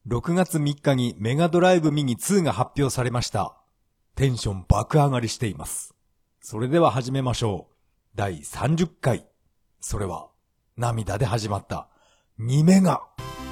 6月3日にメガドライブミニ2が発表されました。テンション爆上がりしています。それでは始めましょう。第30回。それは涙で始まった2メガ。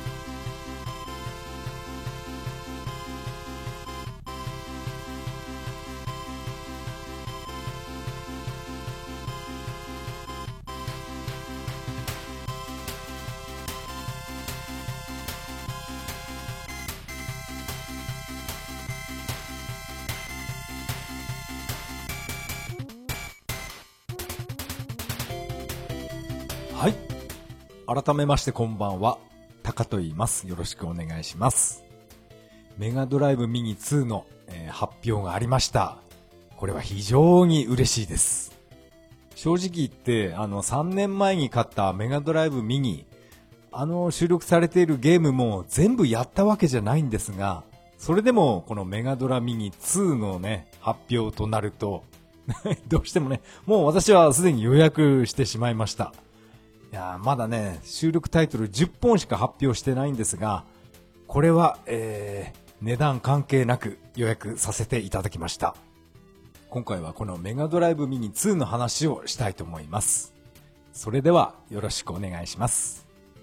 はい。改めましてこんばんは。タカと言います。よろしくお願いします。メガドライブミニ2の、発表がありました。これは非常に嬉しいです。正直言って3年前に買ったメガドライブミニ、収録されているゲームも全部やったわけじゃないんですが、それでもこのメガドラミニ2のね、発表となるとどうしてもね、もう私はすでに予約してしまいました。いやまだね、収録タイトル10本しか発表してないんですが、これは、値段関係なく予約させていただきました。今回はこのメガドライブミニ2の話をしたいと思います。それではよろしくお願いします。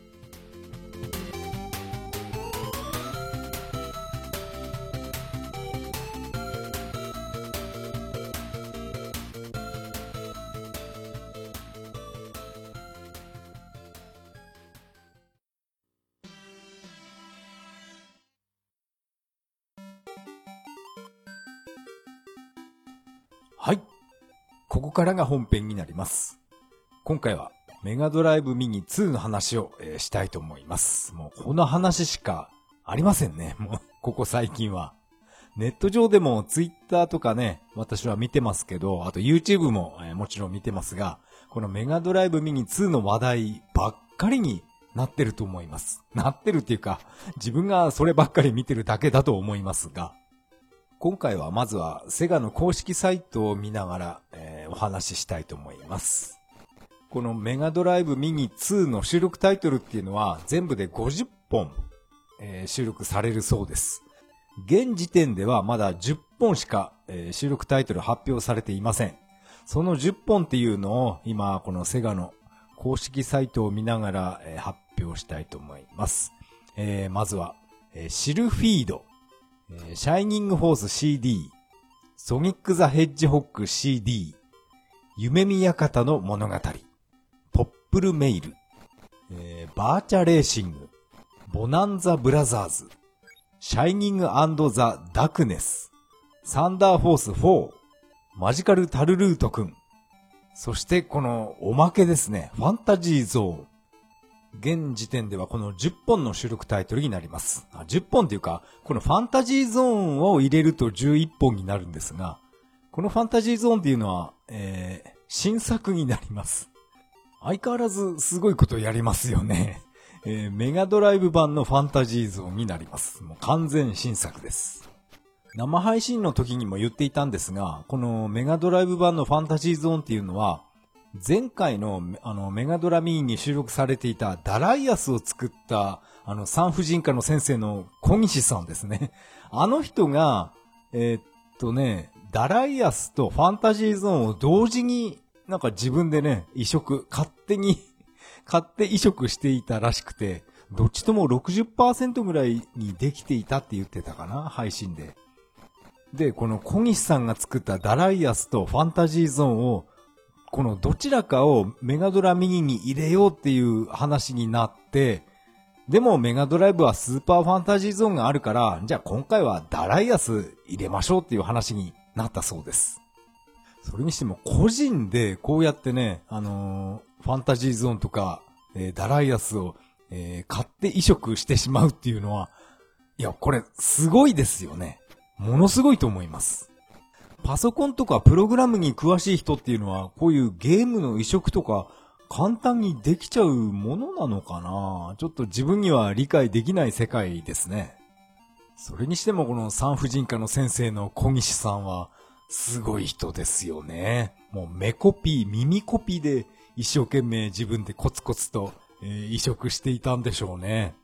はい。ここからが本編になります。今回はメガドライブミニ2の話を、したいと思います。もうこの話しかありませんね。もうここ最近は。ネット上でもツイッターとかね、私は見てますけど、あと YouTube も、もちろん見てますが、このメガドライブミニ2の話題ばっかりになってると思います。なってるっていうか、自分がそればっかり見てるだけだと思いますが、今回はまずはセガの公式サイトを見ながら、お話ししたいと思います。このメガドライブミニ2の収録タイトルっていうのは全部で50本、収録されるそうです。現時点ではまだ10本しか、収録タイトル発表されていません。その10本っていうのを今このセガの公式サイトを見ながら、発表したいと思います。まずは、シルフィード。シャイニングフォース CD、ソニック・ザ・ヘッジホック CD、夢見館の物語、ポップルメイル、バーチャレーシング、ボナンザ・ブラザーズ、シャイニング&ザ・ダークネス、サンダーフォース4、マジカル・タルルートくん、そしてこのおまけですね、ファンタジーゾーン。現時点ではこの10本の収録タイトルになります。10本というか、このファンタジーゾーンを入れると11本になるんですが、このファンタジーゾーンっていうのは、新作になります。相変わらずすごいことやりますよね。メガドライブ版のファンタジーゾーンになります。もう完全新作です。生配信の時にも言っていたんですが、このメガドライブ版のファンタジーゾーンっていうのは、前回のメガドラミニに収録されていたダライアスを作った産婦人科の先生の小西さんですね。あの人がダライアスとファンタジーゾーンを同時になんか自分でね勝手移植していたらしくて、どっちとも 60% ぐらいにできていたって言ってたかな、配信で。で、この小西さんが作ったダライアスとファンタジーゾーンをこのどちらかをメガドラミニに入れようっていう話になって、でもメガドライブはスーパーファンタジーゾーンがあるから、じゃあ今回はダライアス入れましょうっていう話になったそうです。それにしても個人でこうやってね、ファンタジーゾーンとか、ダライアスを、買って移植してしまうっていうのは、いや、これすごいですよね。ものすごいと思います。パソコンとかプログラムに詳しい人っていうのは、こういうゲームの移植とか簡単にできちゃうものなのかな？ちょっと自分には理解できない世界ですね。それにしてもこの産婦人科の先生の小西さんはすごい人ですよね。もう目コピー、耳コピーで一生懸命自分でコツコツと、移植していたんでしょうね。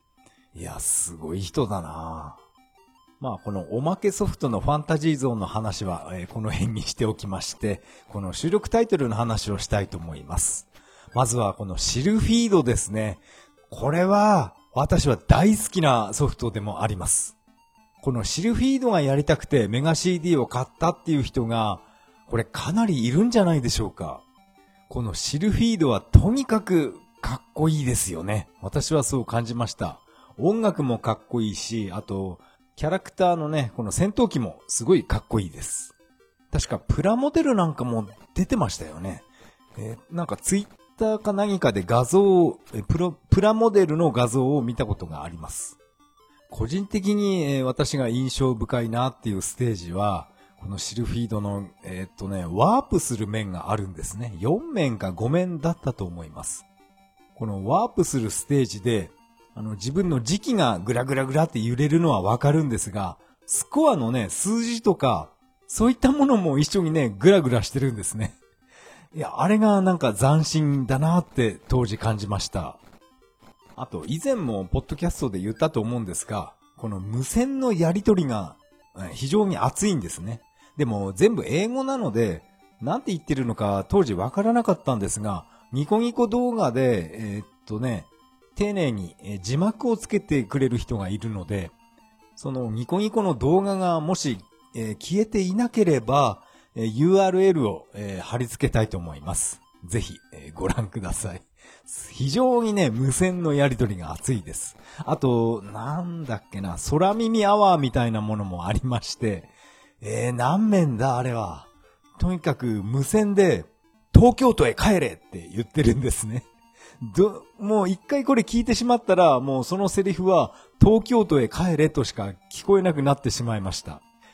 いや、すごい人だな。まあ、このおまけソフトのファンタジーゾーンの話は、この辺にしておきまして、この収録タイトルの話をしたいと思います。まずはこのシルフィードですね。これは、私は大好きなソフトでもあります。このシルフィードがやりたくてメガ CD を買ったっていう人が、これかなりいるんじゃないでしょうか。このシルフィードはとにかくかっこいいですよね。私はそう感じました。音楽もかっこいいし、あと、キャラクターのね、この戦闘機もすごいかっこいいです。確かプラモデルなんかも出てましたよね。なんかツイッターか何かで画像を、プラモデルの画像を見たことがあります。個人的に、私が印象深いなっていうステージは、このシルフィードの、ワープする面があるんですね。4面か5面だったと思います。このワープするステージで、自分の磁気がグラグラグラって揺れるのはわかるんですが、スコアのね、数字とか、そういったものも一緒にね、グラグラしてるんですね。いや、あれがなんか斬新だなって当時感じました。あと、以前もポッドキャストで言ったと思うんですが、この無線のやり取りが非常に熱いんですね。でも全部英語なので、なんて言ってるのか当時わからなかったんですが、ニコニコ動画で、丁寧に字幕をつけてくれる人がいるので、そのニコニコの動画がもし、消えていなければ、URL を、貼り付けたいと思います。ぜひ、ご覧ください。非常にね、無線のやり取りが熱いです。あと、なんだっけな、空耳アワーみたいなものもありまして、何面だあれは。とにかく無線で、東京都へ帰れって言ってるんですね。もう一回これ聞いてしまったら、もうそのセリフは、東京都へ帰れとしか聞こえなくなってしまいました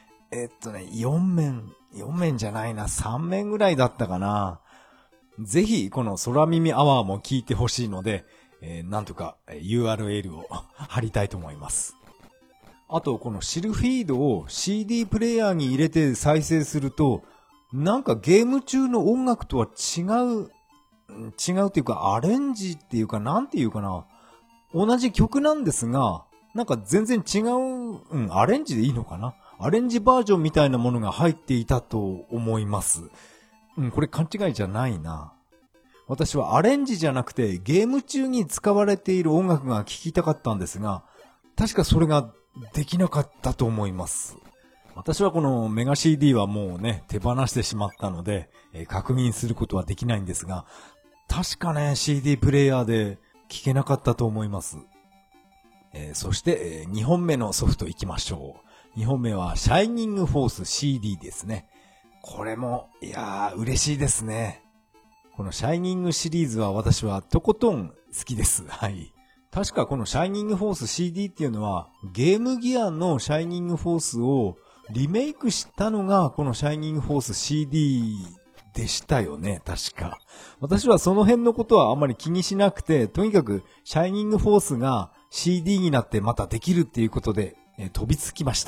。4面じゃないな、3面ぐらいだったかな。ぜひ、この空耳アワーも聞いてほしいので、なんとか URL を貼りたいと思います。あと、このシルフィードを CD プレイヤーに入れて再生すると、なんかゲーム中の音楽とは違うっていうか、アレンジっていうか、なんていうかな。同じ曲なんですが、なんか全然違う、アレンジでいいのかな。アレンジバージョンみたいなものが入っていたと思います。これ勘違いじゃないな。私はアレンジじゃなくてゲーム中に使われている音楽が聴きたかったんですが、確かそれができなかったと思います。私はこのメガ CD はもうね、手放してしまったので、確認することはできないんですが、確かね、CD プレイヤーで聴けなかったと思います。そして、2本目のソフト行きましょう。2本目はシャイニングフォース CD ですね。これも、いやー、嬉しいですね。このシャイニングシリーズは私はとことん好きです。はい。確かこのシャイニングフォース CD っていうのは、ゲームギアのシャイニングフォースをリメイクしたのがこのシャイニングフォース CD でしたよね、確か。私はその辺のことはあんまり気にしなくて、とにかくシャイニングフォースが CD になってまたできるっていうことで、飛びつきました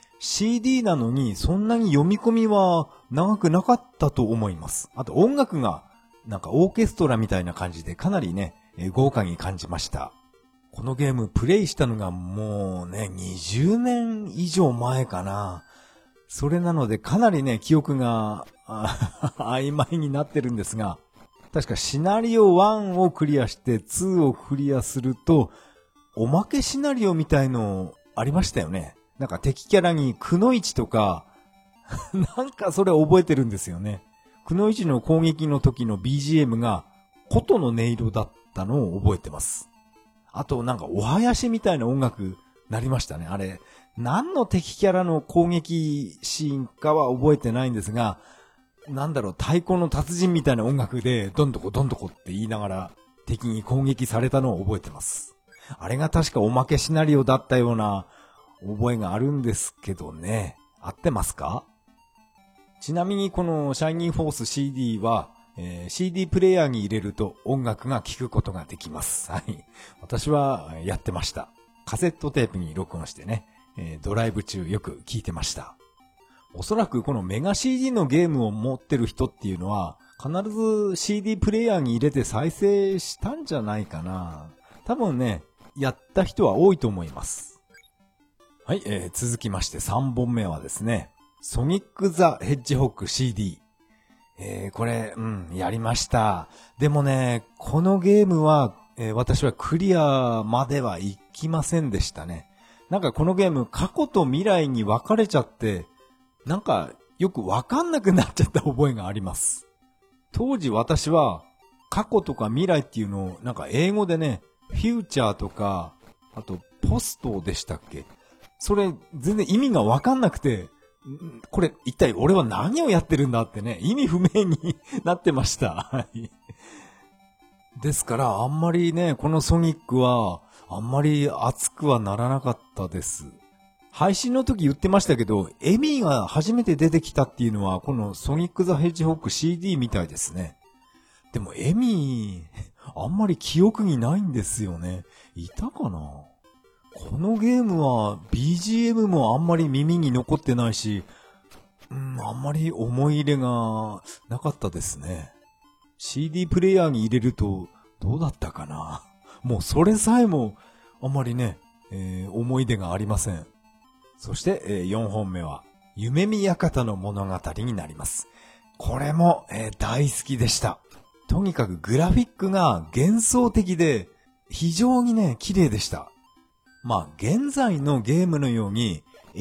。CD なのにそんなに読み込みは長くなかったと思います。あと音楽がなんかオーケストラみたいな感じでかなりね、豪華に感じました。このゲームプレイしたのがもうね、20年以上前かな。それなのでかなりね、記憶が曖昧になってるんですが、確かシナリオ1をクリアして2をクリアすると、おまけシナリオみたいのありましたよね。なんか敵キャラにくのいちとか、なんかそれ覚えてるんですよね。くのいちの攻撃の時の BGM が琴の音色だったのを覚えてます。あとなんかお囃子みたいな音楽なりましたね。あれ、何の敵キャラの攻撃シーンかは覚えてないんですが、なんだろう、太鼓の達人みたいな音楽でどんどこどんどこって言いながら敵に攻撃されたのを覚えてます。あれが確かおまけシナリオだったような覚えがあるんですけどね。合ってますか？ちなみにこのシャイニーフォース CD は、CD プレイヤーに入れると音楽が聴くことができます。はい。私はやってました。カセットテープに録音してね、ドライブ中よく聴いてました。おそらくこのメガ CD のゲームを持ってる人っていうのは必ず CD プレイヤーに入れて再生したんじゃないかな。多分ね、 やった人は多いと思います。はい、続きまして3本目はですね、ソニック・ザ・ヘッジホッグ CD。これ、やりました。でもね、このゲームは、私はクリアまでは行きませんでしたね。なんかこのゲーム、過去と未来に分かれちゃって、なんかよく分かんなくなっちゃった覚えがあります。当時私は、過去とか未来っていうのを、なんか英語でね、フューチャーとか、あと、ポストでしたっけ？それ、全然意味が分かんなくて、これ、一体俺は何をやってるんだってね、意味不明になってました。はい。ですから、あんまりね、このソニックは、あんまり熱くはならなかったです。配信の時言ってましたけど、エミーが初めて出てきたっていうのは、このソニック・ザ・ヘッジホッグ CD みたいですね。でも、エミー、あんまり記憶にないんですよね。いたかな？このゲームは BGM もあんまり耳に残ってないし、あんまり思い入れがなかったですね。CD プレイヤーに入れるとどうだったかな。もうそれさえもあんまりね、思い出がありません。そして、4本目は夢見館の物語になります。これも、大好きでした。とにかくグラフィックが幻想的で非常にね、綺麗でした。まあ、現在のゲームのように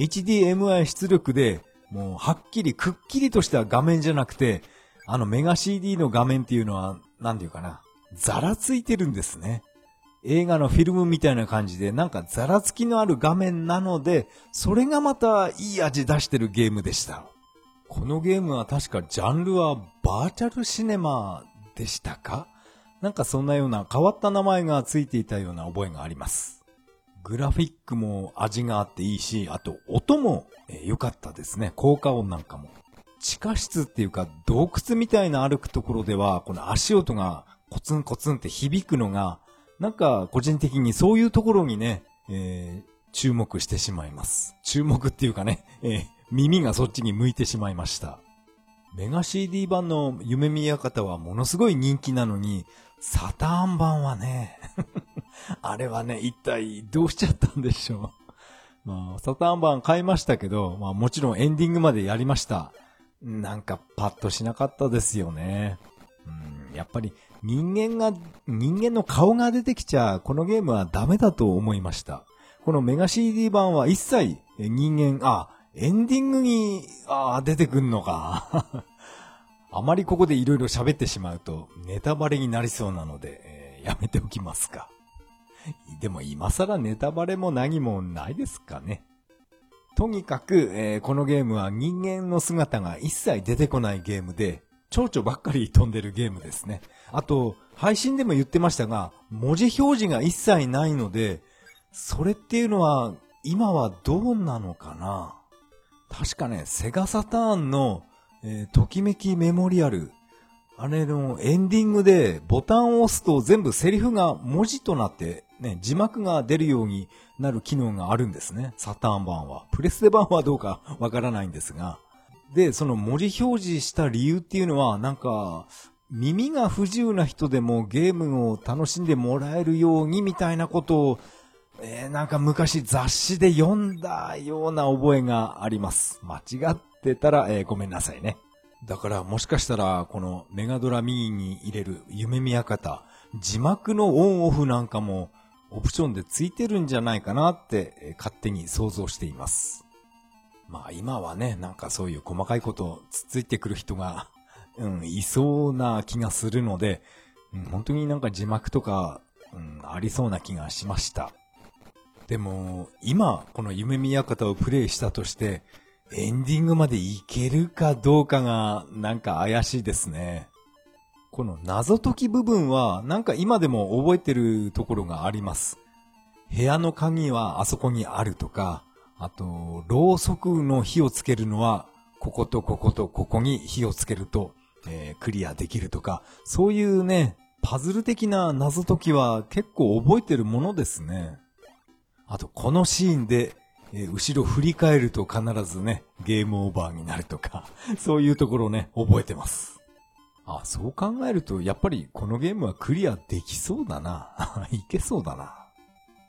HDMI 出力でもうはっきりくっきりとした画面じゃなくて、メガ CD の画面っていうのは、なんていうかな、ざらついてるんですね。映画のフィルムみたいな感じで、なんかざらつきのある画面なので、それがまたいい味出してるゲームでした。このゲームは確かジャンルはバーチャルシネマでしたか？なんかそんなような変わった名前がついていたような覚えがあります。グラフィックも味があっていいし、あと音も良かったですね。効果音なんかも。地下室っていうか洞窟みたいな歩くところでは、この足音がコツンコツンって響くのが、なんか個人的にそういうところにね、注目してしまいます。注目っていうかね、耳がそっちに向いてしまいました。メガ CD 版の夢見館はものすごい人気なのに、サターン版はね、あれはね、一体どうしちゃったんでしょう。まあ、サターン版買いましたけど、まあもちろんエンディングまでやりました。なんかパッとしなかったですよね。やっぱり人間の顔が出てきちゃ、このゲームはダメだと思いました。このメガ CD 版は一切人間、エンディングに、出てくんのか。あまりここでいろいろ喋ってしまうとネタバレになりそうなので、やめておきますか。でも今更ネタバレも何もないですかね。とにかく、このゲームは人間の姿が一切出てこないゲームで、蝶々ばっかり飛んでるゲームですね。あと、配信でも言ってましたが、文字表示が一切ないので、それっていうのは今はどうなのかな。確かね、セガサターンの、ときめきメモリアル、あれのエンディングでボタンを押すと全部セリフが文字となってね、字幕が出るようになる機能があるんですね。サターン版は。プレステ版はどうかわからないんですが。で、その文字表示した理由っていうのは、なんか、耳が不自由な人でもゲームを楽しんでもらえるようにみたいなことを、なんか昔雑誌で読んだような覚えがあります。間違ってたら、ごめんなさいね。だからもしかしたらこのメガドラミーに入れる夢見館、字幕のオンオフなんかもオプションでついてるんじゃないかなって勝手に想像しています。まあ今はね、なんかそういう細かいことつついてくる人が、いそうな気がするので、本当になんか字幕とか、ありそうな気がしました。でも今この夢見館をプレイしたとしてエンディングまでいけるかどうかがなんか怪しいですね。この謎解き部分はなんか今でも覚えてるところがあります。部屋の鍵はあそこにあるとか、あとろうそくの火をつけるのはこことこことここに火をつけると、クリアできるとか、そういうねパズル的な謎解きは結構覚えてるものですね。あとこのシーンで後ろ振り返ると必ずね、ゲームオーバーになるとか、そういうところね、覚えてます。そう考えると、やっぱりこのゲームはクリアできそうだな。いけそうだな。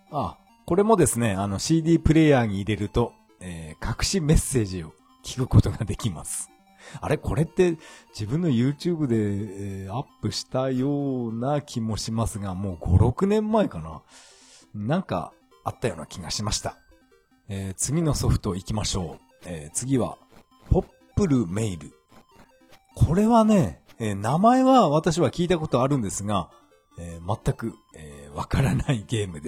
これもですね、CD プレイヤーに入れると、隠しメッセージを聞くことができます。あれこれって自分の YouTube で、アップしたような気もしますが、もう5、6年前かな。なんかあったような気がしました。次のソフト行きましょう。次は、ポップルメイル。これはね、名前は私は聞いたことあるんですが、全く、わからないゲームです。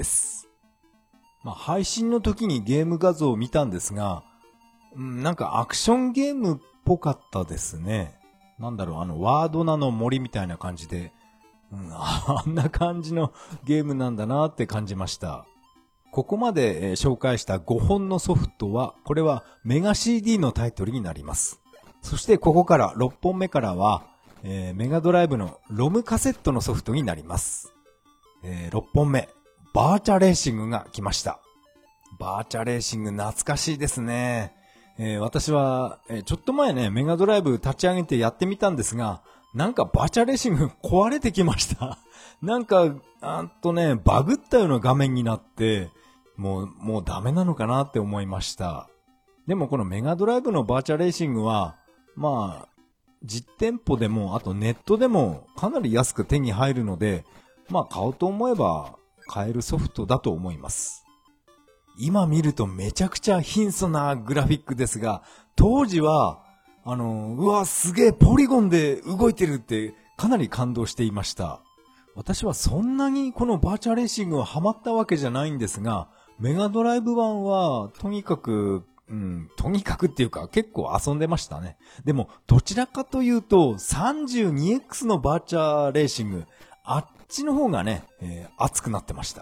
配信の時にゲーム画像を見たんですが、なんかアクションゲームっぽかったですね。なんだろう、ワードナの森みたいな感じで、あんな感じのゲームなんだなって感じました。ここまで、紹介した5本のソフトは、これはメガ CD のタイトルになります。そしてここから6本目からは、メガドライブのロムカセットのソフトになります。6本目、バーチャレーシングが来ました。バーチャレーシング懐かしいですね。私は、ちょっと前ね、メガドライブ立ち上げてやってみたんですが、なんかバーチャレーシング壊れてきました。なんか、バグったような画面になって、もうダメなのかなって思いました。でもこのメガドライブのバーチャレーシングは、実店舗でも、あとネットでもかなり安く手に入るので、買おうと思えば買えるソフトだと思います。今見るとめちゃくちゃ貧相なグラフィックですが、当時は、うわ、すげえポリゴンで動いてるってかなり感動していました。私はそんなにこのバーチャレーシングはハマったわけじゃないんですが、メガドライブ版はとにかくっていうか結構遊んでましたね。でもどちらかというと 32X のバーチャレーシング、あっちの方がね、熱くなってました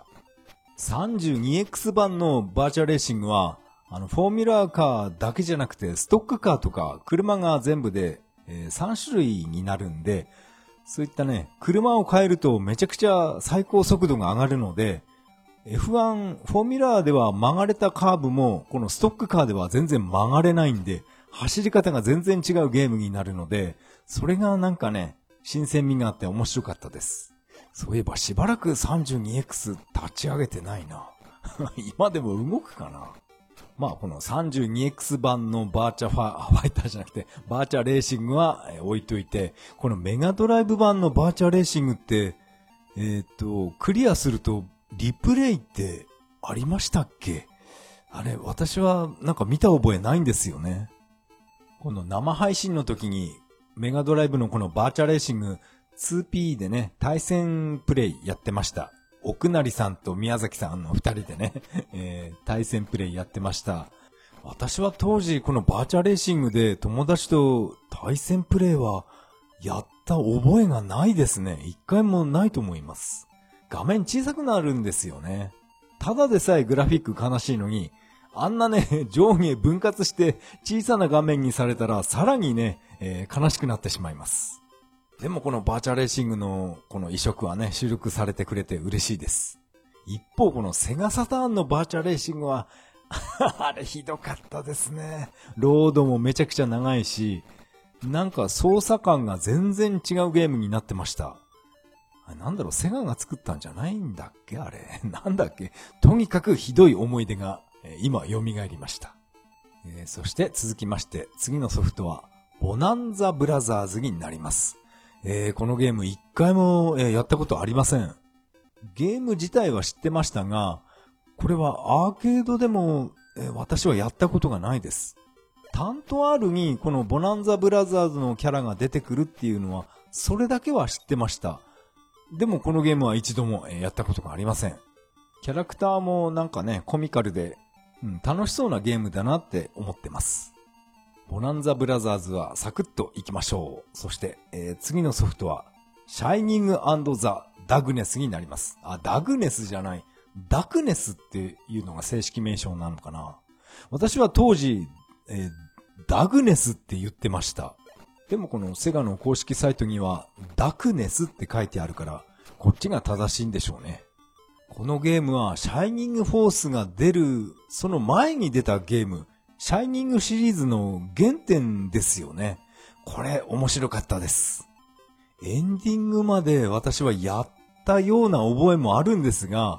。32X 版のバーチャレーシングはフォーミュラーカーだけじゃなくてストックカーとか車が全部で、3種類になるんで、そういったね、車を変えるとめちゃくちゃ最高速度が上がるので、F1 フォーミュラーでは曲がれたカーブもこのストックカーでは全然曲がれないんで、走り方が全然違うゲームになるので、それがなんかね、新鮮味があって面白かったです。そういえばしばらく 32X 立ち上げてないな。今でも動くかな。この 32X 版のバーチャファイターじゃなくて、バーチャレーシングは置いといて、このメガドライブ版のバーチャレーシングって、クリアするとリプレイってありましたっけ？あれ、私はなんか見た覚えないんですよね。この生配信の時にメガドライブのこのバーチャレーシング 2P でね、対戦プレイやってました。奥成さんと宮崎さんの二人でね、対戦プレイやってました。私は当時このバーチャレーシングで友達と対戦プレイはやった覚えがないですね。一回もないと思います。画面小さくなるんですよね。ただでさえグラフィック悲しいのに、あんなね、上下分割して小さな画面にされたらさらにね、悲しくなってしまいます。でもこのバーチャレーシングのこの移植はね、収録されてくれて嬉しいです。一方このセガサターンのバーチャレーシングはあれひどかったですね。ロードもめちゃくちゃ長いし、なんか操作感が全然違うゲームになってました。なんだろう、セガが作ったんじゃないんだっけあれ。なんだっけ。とにかくひどい思い出が今蘇りました。そして続きまして次のソフトはボナンザブラザーズになります。このゲーム一回も、やったことありません。ゲーム自体は知ってましたが、これはアーケードでも、私はやったことがないです。タント R にこのボナンザブラザーズのキャラが出てくるっていうのは、それだけは知ってました。でもこのゲームは一度も、やったことがありません。キャラクターもなんかね、コミカルで、楽しそうなゲームだなって思ってます。ボナンザブラザーズはサクッといきましょう。そして、次のソフトはシャイニング&ザ・ダグネスになります。ダグネスじゃない。ダクネスっていうのが正式名称なのかな。私は当時、ダグネスって言ってました。でもこのセガの公式サイトにはダクネスって書いてあるから、こっちが正しいんでしょうね。このゲームはシャイニングフォースが出る、その前に出たゲーム、シャイニングシリーズの原点ですよね。これ面白かったです。エンディングまで私はやったような覚えもあるんですが、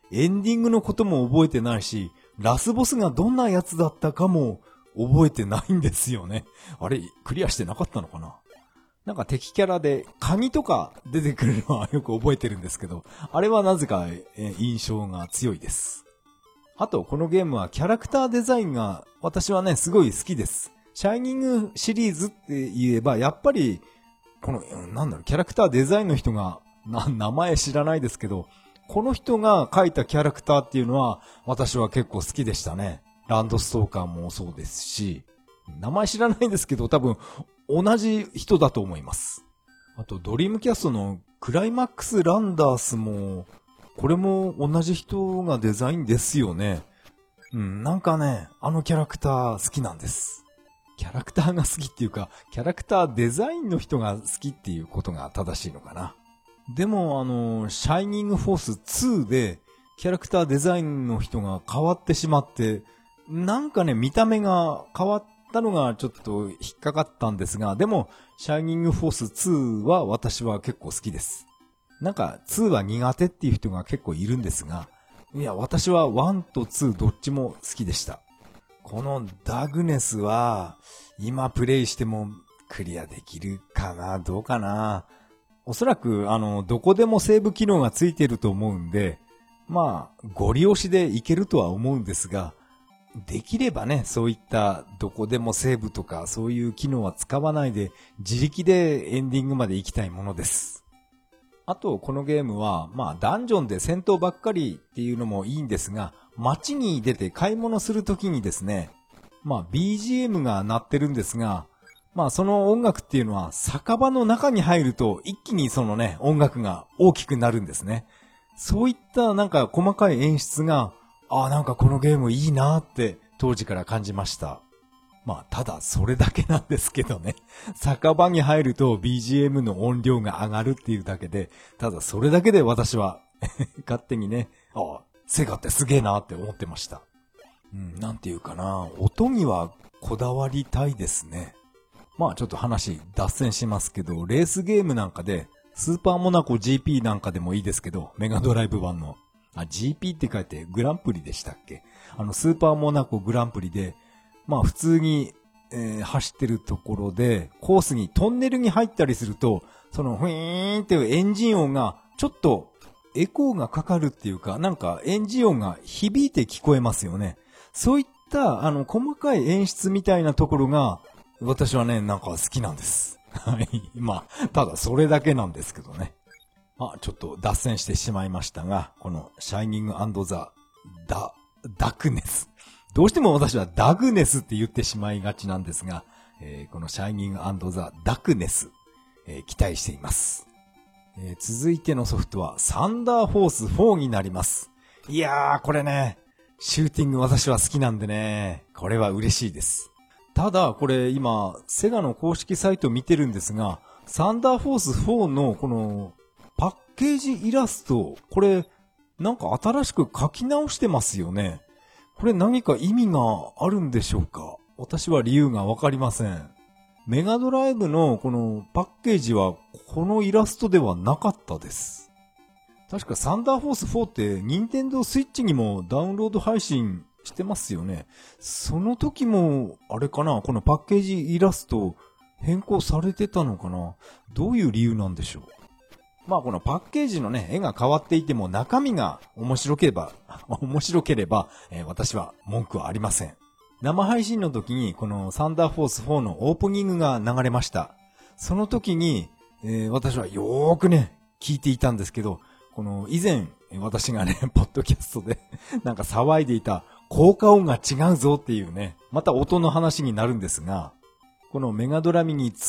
エンディングのことも覚えてないし、ラスボスがどんなやつだったかも覚えてないんですよね。あれ、クリアしてなかったのかな。なんか敵キャラで鍵とか出てくるのはよく覚えてるんですけど、あれはなぜか印象が強いです。あと、このゲームはキャラクターデザインが私はね、すごい好きです。シャイニングシリーズって言えば、やっぱり、この、キャラクターデザインの人が、名前知らないですけど、この人が描いたキャラクターっていうのは、私は結構好きでしたね。ランドストーカーもそうですし、名前知らないんですけど、多分、同じ人だと思います。あと、ドリームキャストのクライマックスランダースも、これも同じ人がデザインですよね。なんかね、あのキャラクター好きなんです。キャラクターが好きっていうか、キャラクターデザインの人が好きっていうことが正しいのかな。でもシャイニングフォース2で、キャラクターデザインの人が変わってしまって、なんかね、見た目が変わったのがちょっと引っかかったんですが、でも、シャイニングフォース2は私は結構好きです。なんか、2は苦手っていう人が結構いるんですが、いや、私は1と2どっちも好きでした。このダグネスは、今プレイしてもクリアできるかな、どうかな。おそらく、どこでもセーブ機能がついてると思うんで、まあ、ご利用しでいけるとは思うんですが、できればね、そういったどこでもセーブとかそういう機能は使わないで自力でエンディングまで行きたいものです。あとこのゲームはまあダンジョンで戦闘ばっかりっていうのもいいんですが、街に出て買い物するときにですね、まあ BGM が鳴ってるんですが、まあその音楽っていうのは酒場の中に入ると一気にそのね音楽が大きくなるんですね。そういったなんか細かい演出がなんかこのゲームいいなーって当時から感じました。まあ、ただそれだけなんですけどね。酒場に入ると BGM の音量が上がるっていうだけで、ただそれだけで私は勝手にね、セガってすげえなーって思ってました。なんていうかな、音にはこだわりたいですね。まあちょっと話脱線しますけど、レースゲームなんかで、スーパーモナコ GP なんかでもいいですけど、メガドライブ版の。GP って書いてグランプリでしたっけ？スーパーモナコグランプリで、まあ普通に、走ってるところで、コースにトンネルに入ったりすると、そのフィーンっていうエンジン音が、ちょっとエコーがかかるっていうか、なんかエンジン音が響いて聞こえますよね。そういった細かい演出みたいなところが、私はね、なんか好きなんです。はい。まあ、ただそれだけなんですけどね。ちょっと脱線してしまいましたが、このシャイニング&ザ・ダクネス。どうしても私はダグネスって言ってしまいがちなんですが、このシャイニング&ザ・ダクネス、期待しています。続いてのソフトはサンダーフォース4になります。いやー、これね、シューティング私は好きなんでね、これは嬉しいです。ただ、これ今、セガの公式サイト見てるんですが、サンダーフォース4のこのパッケージイラスト、これ、なんか新しく書き直してますよね。これ何か意味があるんでしょうか？私は理由がわかりません。メガドライブのこのパッケージはこのイラストではなかったです。確かサンダーフォース4って任天堂スイッチにもダウンロード配信してますよね。その時も、あれかな、このパッケージイラスト変更されてたのかな？どういう理由なんでしょう？まあこのパッケージのね、絵が変わっていても中身が面白ければ、私は文句はありません。生配信の時にこのサンダーフォース4のオープニングが流れました。その時に、私はよーくね、聞いていたんですけど、この以前私がね、ポッドキャストでなんか騒いでいた効果音が違うぞっていうね、また音の話になるんですが、このメガドラミニ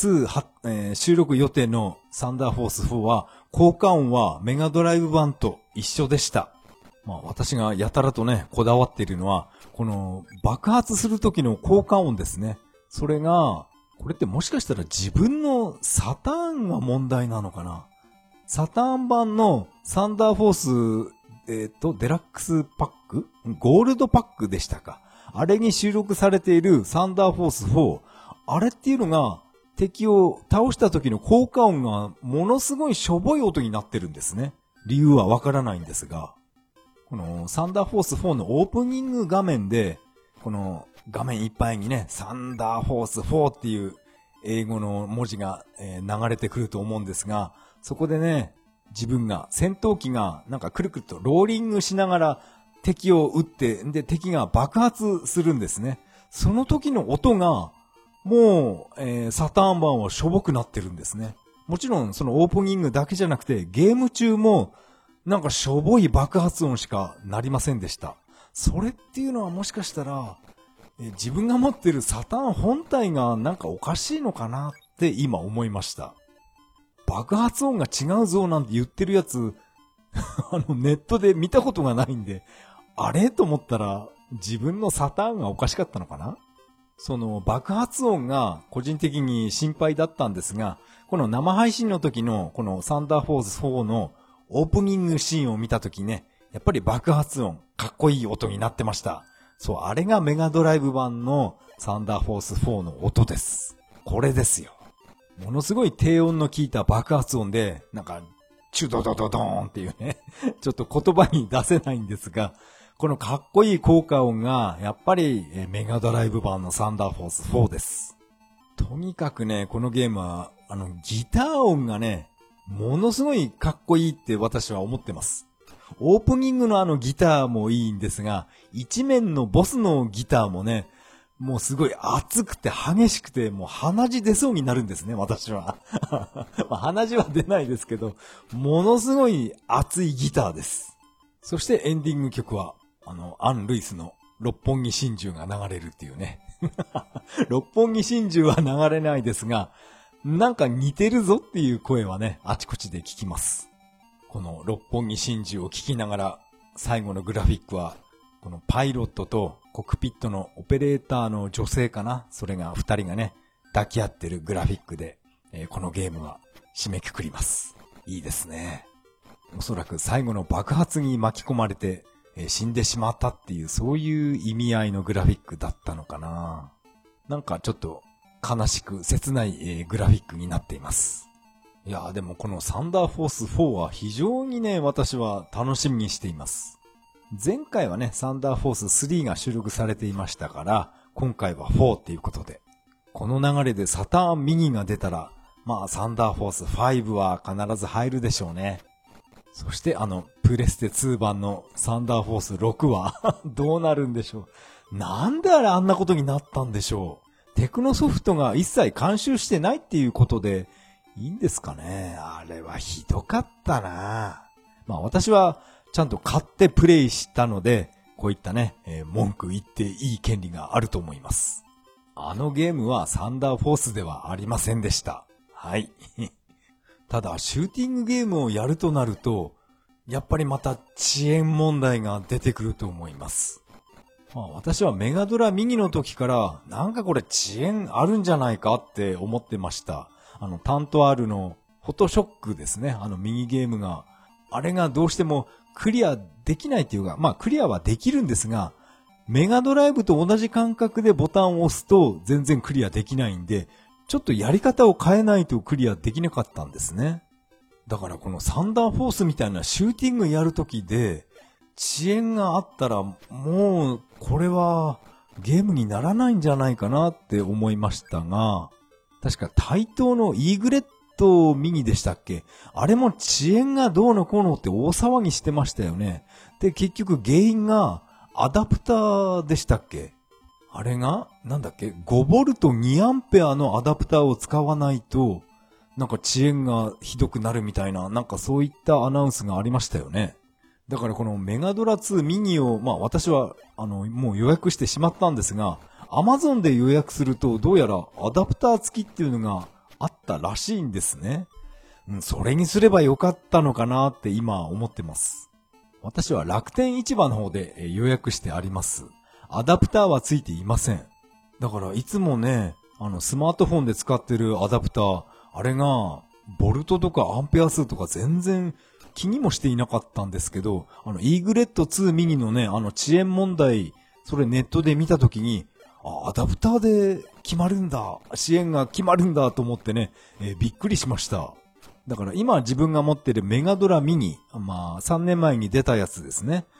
2、収録予定のサンダーフォース4は効果音はメガドライブ版と一緒でした。まあ私がやたらとね、こだわっているのは、この爆発する時の効果音ですね。それが、これってもしかしたら自分のサターンが問題なのかな？サターン版のサンダーフォース、デラックスパック？ゴールドパックでしたか？あれに収録されているサンダーフォース4、あれっていうのが敵を倒した時の効果音がものすごいしょぼい音になってるんですね。理由はわからないんですが。 このサンダーフォース4のオープニング画面で、この画面いっぱいにね、サンダーフォース4っていう英語の文字が、流れてくると思うんですが、そこでね、自分が、戦闘機がなんかくるくるとローリングしながら敵を撃って、で、敵が爆発するんですね。その時の音が、もう、サターン版はしょぼくなってるんですね。もちろんそのオープニングだけじゃなくて、ゲーム中もなんかしょぼい爆発音しかなりませんでした。それっていうのはもしかしたら、自分が持ってるサターン本体がなんかおかしいのかなって今思いました。爆発音が違うぞなんて言ってるやつ、ネットで見たことがないんで、あれと思ったら自分のサターンがおかしかったのかな？その爆発音が個人的に心配だったんですが、この生配信の時のこのサンダーフォース4のオープニングシーンを見た時ね、やっぱり爆発音、かっこいい音になってました。そう、あれがメガドライブ版のサンダーフォース4の音です。これですよ。ものすごい低音の効いた爆発音で、なんか、チュドドドドーンっていうね、ちょっと言葉に出せないんですが、このかっこいい効果音が、やっぱりメガドライブ版のサンダーフォース4です。とにかくね、このゲームは、ギター音がね、ものすごいかっこいいって私は思ってます。オープニングのギターもいいんですが、一面のボスのギターもね、もうすごい熱くて激しくて、もう鼻血出そうになるんですね、私は。まあ、鼻血は出ないですけど、ものすごい熱いギターです。そしてエンディング曲は、アン・ルイスの六本木心中が流れるっていうね。六本木心中は流れないですが、なんか似てるぞっていう声はね、あちこちで聞きます。この六本木心中を聞きながら、最後のグラフィックは、このパイロットとコックピットのオペレーターの女性かな、それが二人がね、抱き合ってるグラフィックで、このゲームは締めくくります。いいですね。おそらく最後の爆発に巻き込まれて、死んでしまったっていう、そういう意味合いのグラフィックだったのかな。なんかちょっと悲しく切ない、グラフィックになっています。いやーでもこのサンダーフォース4は非常にね、私は楽しみにしています。前回はね、サンダーフォース3が収録されていましたから、今回は4っていうことで、この流れでサターンミニが出たら、まあサンダーフォース5は必ず入るでしょうね。そしてプレステ2版のサンダーフォース6はどうなるんでしょう。なんであんなことになったんでしょう。テクノソフトが一切監修してないっていうことでいいんですかね。あれはひどかったな。まあ私はちゃんと買ってプレイしたので、こういったね、文句言っていい権利があると思います。あのゲームはサンダーフォースではありませんでした。はい。ただ、シューティングゲームをやるとなると、やっぱりまた遅延問題が出てくると思います。まあ私はメガドラミニの時から、なんかこれ遅延あるんじゃないかって思ってました。タント R のフォトショックですね。ミニゲームが。あれがどうしてもクリアできないっていうか、まあクリアはできるんですが、メガドライブと同じ感覚でボタンを押すと全然クリアできないんで、ちょっとやり方を変えないとクリアできなかったんですね。だからこのサンダーフォースみたいなシューティングやるときで、遅延があったらもうこれはゲームにならないんじゃないかなって思いましたが、確か対等のイーグレットミニでしたっけ？あれも遅延がどうのこうのって大騒ぎしてましたよね。で、結局原因がアダプターでしたっけ？あれが、なんだっけ ?5 ボルト2アンペアのアダプターを使わないと、なんか遅延がひどくなるみたいな、なんかそういったアナウンスがありましたよね。だからこのメガドラ2ミニを、まあ私は、もう予約してしまったんですが、Amazon で予約するとどうやらアダプター付きっていうのがあったらしいんですね。それにすればよかったのかなって今思ってます。私は楽天市場の方で予約してあります。アダプターは付いていません。だからいつもね、スマートフォンで使ってるアダプター、あれが、ボルトとかアンペア数とか全然気にもしていなかったんですけど、イーグレット2ミニのね、遅延問題、それネットで見たときに、アダプターで決まるんだ、遅延が決まるんだと思ってね、びっくりしました。だから今自分が持ってるメガドラミニ、まあ3年前に出たやつですね。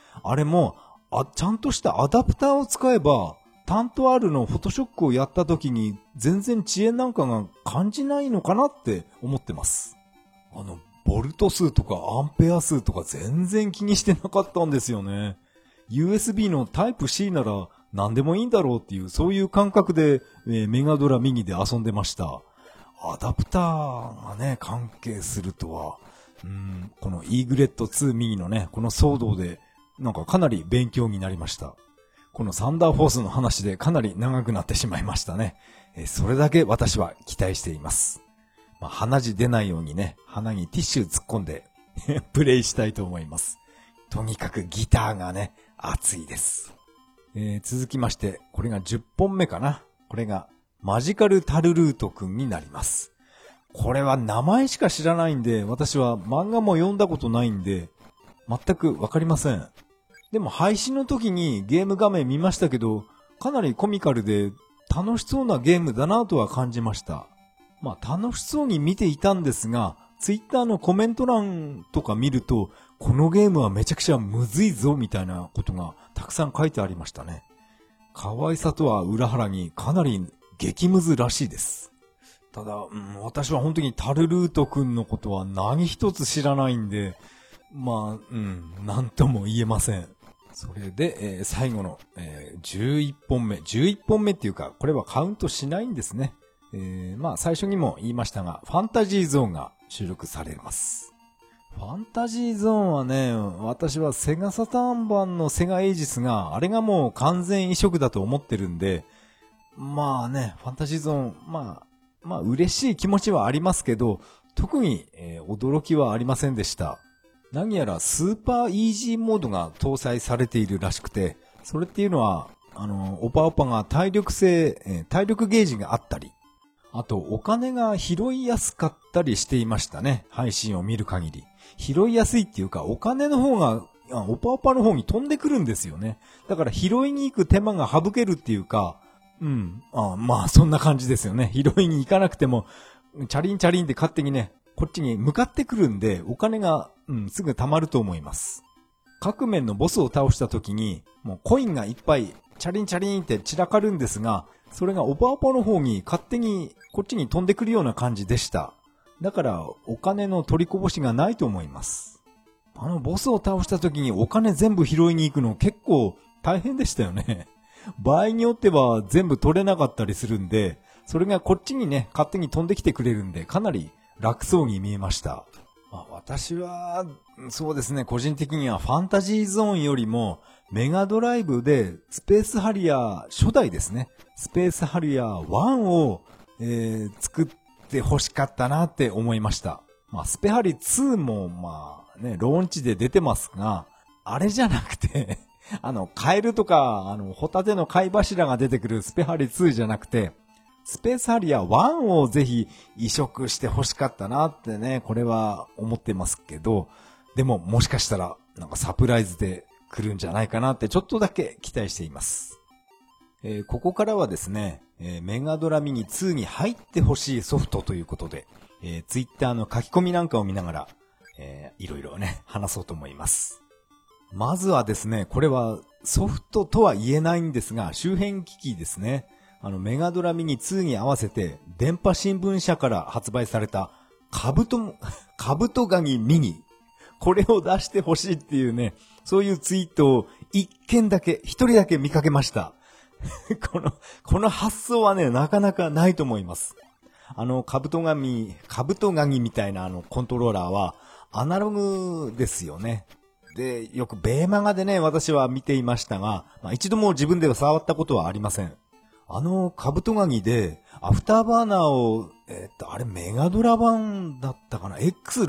あれも、ちゃんとしたアダプターを使えば、タント R のフォトショックをやった時に全然遅延なんかが感じないのかなって思ってます。ボルト数とかアンペア数とか全然気にしてなかったんですよね。USB のタイプ C なら何でもいいんだろうっていう、そういう感覚で、メガドラミニで遊んでました。アダプターがね、関係するとは、この イーグレット2ミニのね、この騒動で、なんかかなり勉強になりました。このサンダーフォースの話でかなり長くなってしまいましたね。それだけ私は期待しています。鼻血出ないようにね、鼻にティッシュ突っ込んでプレイしたいと思います。とにかくギターがね、熱いです。続きまして、これが10本目かな。これがマジカルタルルートくんになります。これは名前しか知らないんで、私は漫画も読んだことないんで、全くわかりません。でも配信の時にゲーム画面見ましたけど、かなりコミカルで楽しそうなゲームだなとは感じました。楽しそうに見ていたんですが、ツイッターのコメント欄とか見ると、このゲームはめちゃくちゃむずいぞみたいなことがたくさん書いてありましたね。可愛さとは裏腹にかなり激ムズらしいです。ただ、私は本当にタルルートくんのことは何一つ知らないんで、なんとも言えません。それで、最後の、11本目。11本目っていうか、これはカウントしないんですね。最初にも言いましたが、ファンタジーゾーンが収録されます。ファンタジーゾーンはね、私はセガサターン版のセガエイジスが、あれがもう完全移植だと思ってるんで、ファンタジーゾーン、嬉しい気持ちはありますけど、特に、驚きはありませんでした。何やらスーパーイージーモードが搭載されているらしくて、それっていうのは、オパオパが体力ゲージがあったり、あとお金が拾いやすかったりしていましたね。配信を見る限り。拾いやすいっていうか、お金の方が、オパオパの方に飛んでくるんですよね。だから拾いに行く手間が省けるっていうか、そんな感じですよね。拾いに行かなくても、チャリンチャリンって勝手にね、こっちに向かってくるんで、お金が、すぐ貯まると思います。各面のボスを倒した時に、もうコインがいっぱい、チャリンチャリンって散らかるんですが、それがオパオパの方に勝手にこっちに飛んでくるような感じでした。だからお金の取りこぼしがないと思います。ボスを倒した時にお金全部拾いに行くの結構大変でしたよね。場合によっては全部取れなかったりするんで、それがこっちにね、勝手に飛んできてくれるんで、かなり楽そうに見えました。私は、そうですね、個人的にはファンタジーゾーンよりも、メガドライブでスペースハリアー、初代ですね、スペースハリアー1を、作って欲しかったなって思いました。スペハリ2も、ローンチで出てますが、あれじゃなくて、カエルとか、ホタテの貝柱が出てくるスペハリ2じゃなくて、スペースハリアー1をぜひ移植して欲しかったなってね、これは思ってますけど、でももしかしたらなんかサプライズで来るんじゃないかなってちょっとだけ期待しています。ここからはですね、メガドラミニ2に入ってほしいソフトということで、ツイッターの書き込みなんかを見ながら、いろいろね、話そうと思います。まずはですね、これはソフトとは言えないんですが、周辺機器ですね。メガドラミニ2に合わせて、電波新聞社から発売された、カブトガニミニ。これを出してほしいっていうね、そういうツイートを一人だけ見かけました。この発想はね、なかなかないと思います。カブトガニみたいなコントローラーは、アナログですよね。で、よくベーマガでね、私は見ていましたが、一度も自分では触ったことはありません。カブトガニで、アフターバーナーを、あれメガドラ版だったかな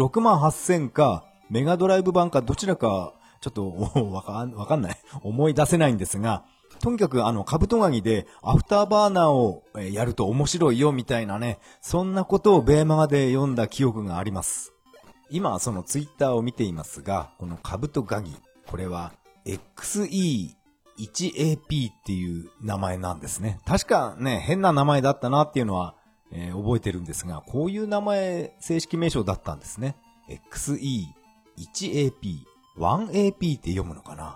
?X68000 か、メガドライブ版かどちらか、ちょっとわかんない。思い出せないんですが、とにかくカブトガニで、アフターバーナーをやると面白いよみたいなね、そんなことをベーマガで読んだ記憶があります。今、そのツイッターを見ていますが、このカブトガニ、これは、XE1AP っていう名前なんですね。確かね、変な名前だったなっていうのは、覚えてるんですが、こういう名前、正式名称だったんですね。XE1AP、1AP って読むのかな。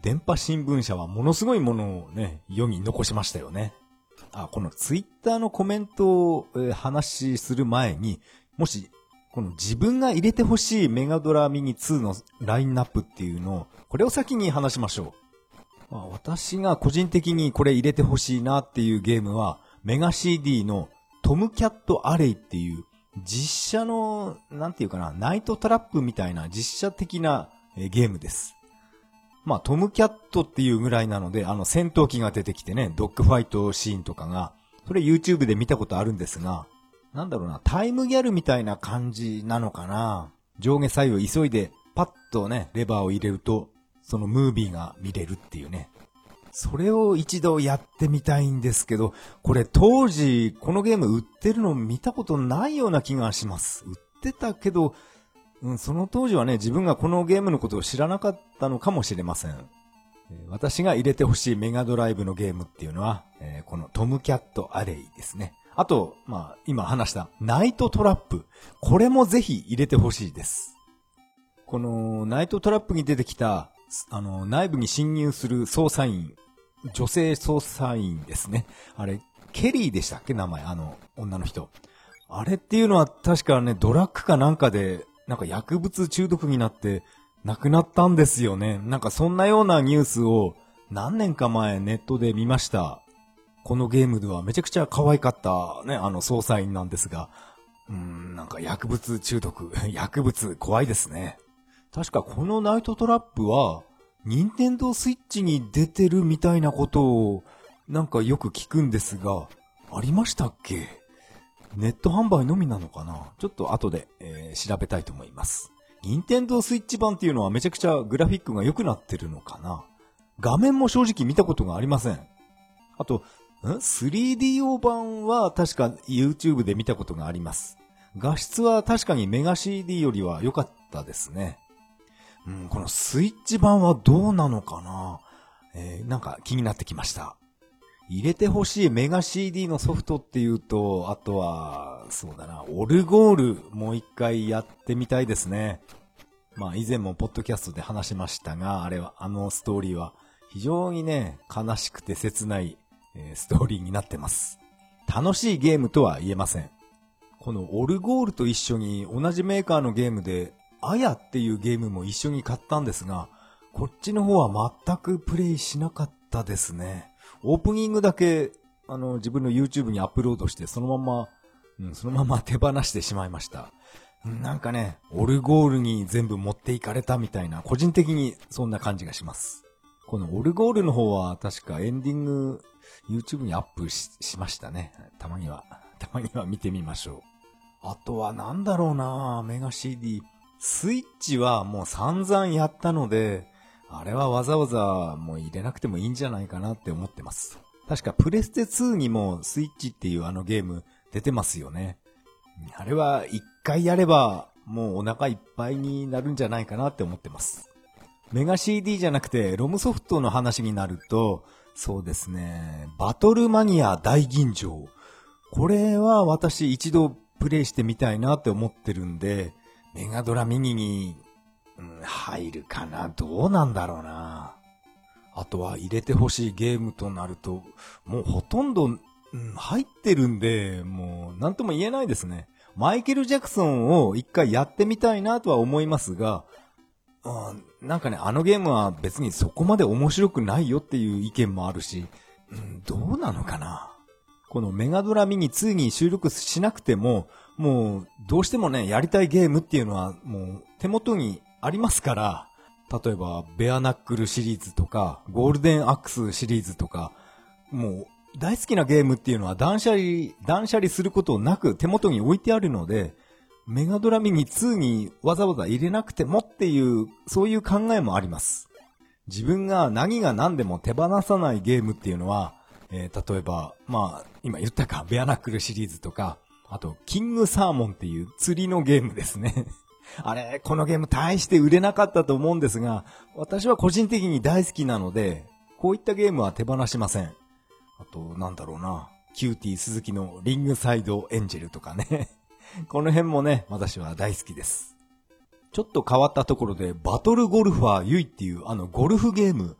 電波新聞社はものすごいものをね、世に残しましたよね。このツイッターのコメントを、話しする前に、もし、この自分が入れてほしいメガドラミニ2のラインナップっていうのを、これを先に話しましょう。私が個人的にこれ入れてほしいなっていうゲームは、メガ CD のトムキャットアレイっていう、実写の、なんていうかな、ナイトトラップみたいな実写的なゲームです。トムキャットっていうぐらいなので、戦闘機が出てきてね、ドッグファイトシーンとかが、それ YouTube で見たことあるんですが、なんだろうな、タイムギャルみたいな感じなのかな。上下左右急いでパッとね、レバーを入れると、そのムービーが見れるっていうね。それを一度やってみたいんですけど、これ当時、このゲーム売ってるの見たことないような気がします。売ってたけど、その当時はね、自分がこのゲームのことを知らなかったのかもしれません。私が入れてほしいメガドライブのゲームっていうのは、このトムキャットアレイですね。あと、今話したナイトトラップ。これもぜひ入れてほしいです。このナイトトラップに出てきた、内部に侵入する捜査員、女性捜査員ですね。あれ、ケリーでしたっけ名前、女の人。あれっていうのは確かね、ドラッグかなんかで、なんか薬物中毒になって亡くなったんですよね。なんかそんなようなニュースを何年か前ネットで見ました。このゲームではめちゃくちゃ可愛かったね、捜査員なんですが、なんか薬物中毒、薬物怖いですね。確かこのナイトトラップは、任天堂スイッチに出てるみたいなことを、なんかよく聞くんですが、ありましたっけ？ネット販売のみなのかな？ちょっと後で、調べたいと思います。任天堂スイッチ版っていうのはめちゃくちゃグラフィックが良くなってるのかな？画面も正直見たことがありません。あと、3DO 版は確か YouTube で見たことがあります。画質は確かにメガ CD よりは良かったですね。このスイッチ版はどうなのかな？なんか気になってきました。入れてほしいメガ CD のソフトっていうと、あとは、そうだな、オルゴールもう一回やってみたいですね。以前もポッドキャストで話しましたが、あれは、ストーリーは非常にね、悲しくて切ない、ストーリーになってます。楽しいゲームとは言えません。このオルゴールと一緒に同じメーカーのゲームで、アヤっていうゲームも一緒に買ったんですが、こっちの方は全くプレイしなかったですね。オープニングだけ、自分の YouTube にアップロードして、そのまま手放してしまいました。なんかね、オルゴールに全部持っていかれたみたいな、個人的にそんな感じがします。このオルゴールの方は確かエンディング YouTube にアップ しましたね。たまには見てみましょう。あとはなんだろうな、メガ CD。スイッチはもう散々やったので、あれはわざわざもう入れなくてもいいんじゃないかなって思ってます。確かプレステ2にもスイッチっていうゲーム出てますよね。あれは一回やればもうお腹いっぱいになるんじゃないかなって思ってます。メガ CD じゃなくてロムソフトの話になると、そうですね、バトルマニア大吟醸。これは私一度プレイしてみたいなって思ってるんで、メガドラミニに入るかな？どうなんだろうな。あとは入れてほしいゲームとなると、もうほとんど、入ってるんで、もうなんとも言えないですね。マイケル・ジャクソンを一回やってみたいなとは思いますが、なんかね、ゲームは別にそこまで面白くないよっていう意見もあるし、どうなのかな。このメガドラミニ2に収録しなくても、もうどうしてもね、やりたいゲームっていうのはもう手元にありますから、例えばベアナックルシリーズとかゴールデンアックスシリーズとか、もう大好きなゲームっていうのは断捨離することなく手元に置いてあるので、メガドラミニ2にわざわざ入れなくてもっていう、そういう考えもあります。自分が何が何でも手放さないゲームっていうのは、例えば、今言ったか、ベアナックルシリーズとか、あと、キングサーモンっていう釣りのゲームですね。あれ、このゲーム大して売れなかったと思うんですが、私は個人的に大好きなので、こういったゲームは手放しません。あと、なんだろうな、キューティー鈴木のリングサイドエンジェルとかね。この辺もね、私は大好きです。ちょっと変わったところで、バトルゴルファーユイっていうゴルフゲーム。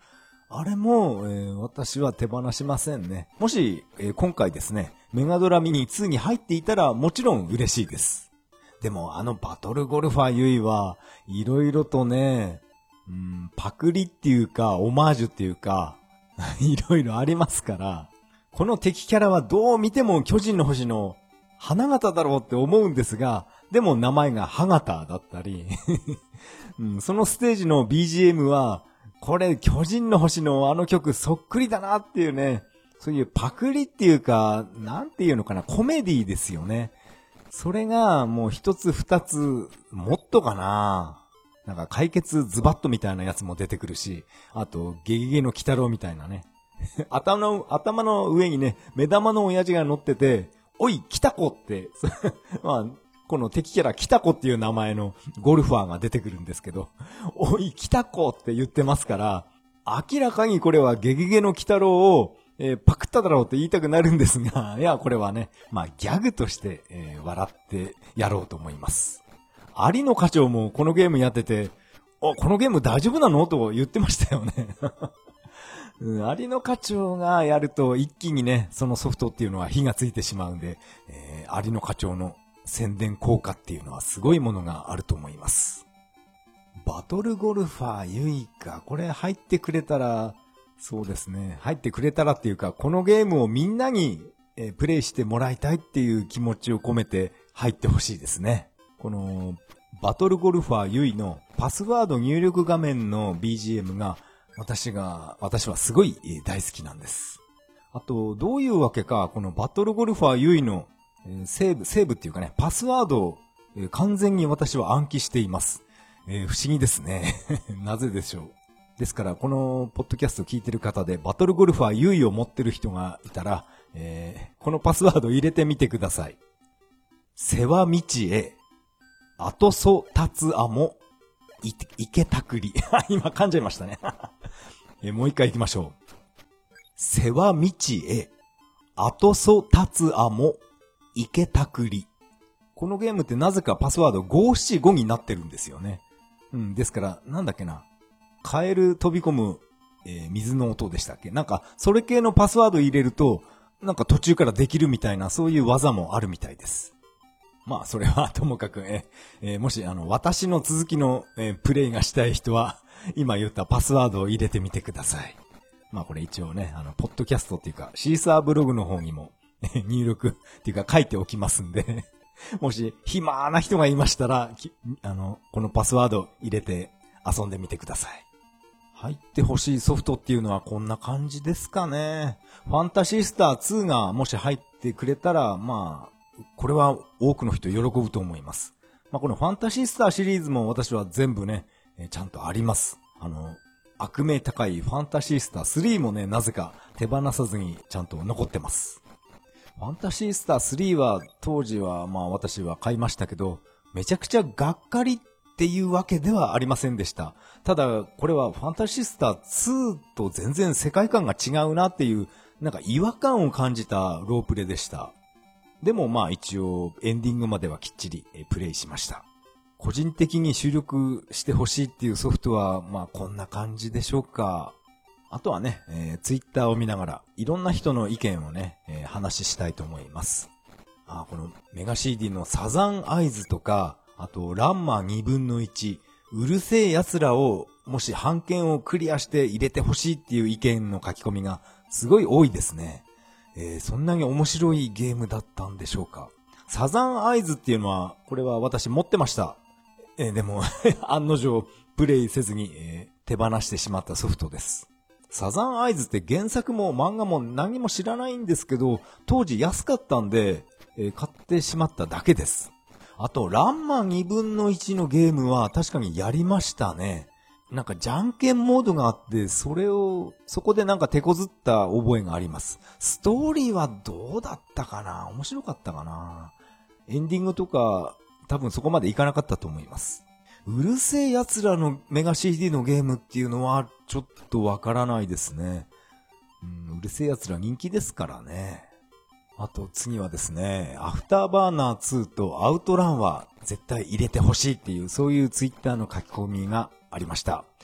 あれも、私は手放しませんね。もし、今回ですね、メガドラミニ2に入っていたらもちろん嬉しいです。でもバトルゴルファーユイはいろいろとね、パクリっていうか、オマージュっていうか、いろいろありますから、この敵キャラはどう見ても巨人の星の花形だろうって思うんですが、でも名前がハガタだったり、そのステージの BGM は、これ巨人の星のあの曲そっくりだなっていうね、そういうパクリっていうか、なんていうのかな、コメディですよね。それがもう一つ二つ、もっとかな。なんか解決ズバッとみたいなやつも出てくるし、あとゲゲゲの鬼太郎みたいなね。頭の上にね、目玉の親父が乗ってて、おい、来た子って、まあ、この敵キャラ、キタコっていう名前のゴルファーが出てくるんですけど、おい、キタコって言ってますから、明らかにこれはゲゲゲの鬼太郎を、パクっただろうって言いたくなるんですが、いや、これはね、まあギャグとして、笑ってやろうと思います。有野課長もこのゲームやってて、このゲーム大丈夫なのと言ってましたよね。有野課長がやると一気にね、そのソフトっていうのは火がついてしまうんで、有野課長の宣伝効果っていうのはすごいものがあると思います。バトルゴルファーユイか。これ入ってくれたら、そうですね。入ってくれたらっていうか、このゲームをみんなに、プレイしてもらいたいっていう気持ちを込めて入ってほしいですね。このバトルゴルファーユイのパスワード入力画面の BGM が私はすごい大好きなんです。あと、どういうわけか、このバトルゴルファーユイのセーブっていうかね、パスワードを完全に私は暗記しています。不思議ですね。なぜでしょう。ですから、このポッドキャストを聞いてる方でバトルゴルファーユイを持ってる人がいたら、このパスワードを入れてみてください。世話道へ、後そたつあも、いけたくり。今噛んじゃいましたね。もう一回行きましょう。世話道へ、後そたつあも、いけたくり。このゲームってなぜかパスワード575になってるんですよね。ですから、なんだっけな。カエル飛び込む、水の音でしたっけ？なんか、それ系のパスワード入れると、なんか途中からできるみたいな、そういう技もあるみたいです。まあ、それはともかく、もし、私の続きの、プレイがしたい人は、今言ったパスワードを入れてみてください。まあ、これ一応ね、ポッドキャストっていうか、シーサーブログの方にも、入力っていうか書いておきますんで、もし暇な人がいましたら、このパスワード入れて遊んでみてください。入ってほしいソフトっていうのはこんな感じですかね。ファンタシースター2がもし入ってくれたら、まあ、これは多くの人喜ぶと思います。まあ、このファンタシースターシリーズも私は全部ね、ちゃんとあります。悪名高いファンタシースター3もね、なぜか手放さずにちゃんと残ってます。ファンタシースター3は当時はまあ私は買いましたけど、めちゃくちゃがっかりっていうわけではありませんでした。ただこれはファンタシスタ2と全然世界観が違うなっていうなんか違和感を感じたロープレでした。でもまあ一応エンディングまではきっちりプレイしました。個人的に収録してほしいっていうソフトはまあこんな感じでしょうか。あとはね、ツイッターを見ながらいろんな人の意見をね、話したいと思います。このメガ CD のサザンアイズとか、あとランマ2分の1、うるせえ奴らをもし版権をクリアして入れてほしいっていう意見の書き込みがすごい多いですね。そんなに面白いゲームだったんでしょうか。サザンアイズっていうのは、これは私持ってました。でも案の定プレイせずに、手放してしまったソフトです。サザンアイズって原作も漫画も何も知らないんですけど、当時安かったんで、買ってしまっただけです。あと、ランマ2分の1のゲームは確かにやりましたね。なんかじゃんけんモードがあって、そこでなんか手こずった覚えがあります。ストーリーはどうだったかな？面白かったかな？エンディングとか、多分そこまでいかなかったと思います。うるせえ奴らのメガ CD のゲームっていうのはちょっとわからないですね。うるせえ奴ら人気ですからね。あと次はですね、アフターバーナー2とアウトランは絶対入れてほしいっていうそういうツイッターの書き込みがありました。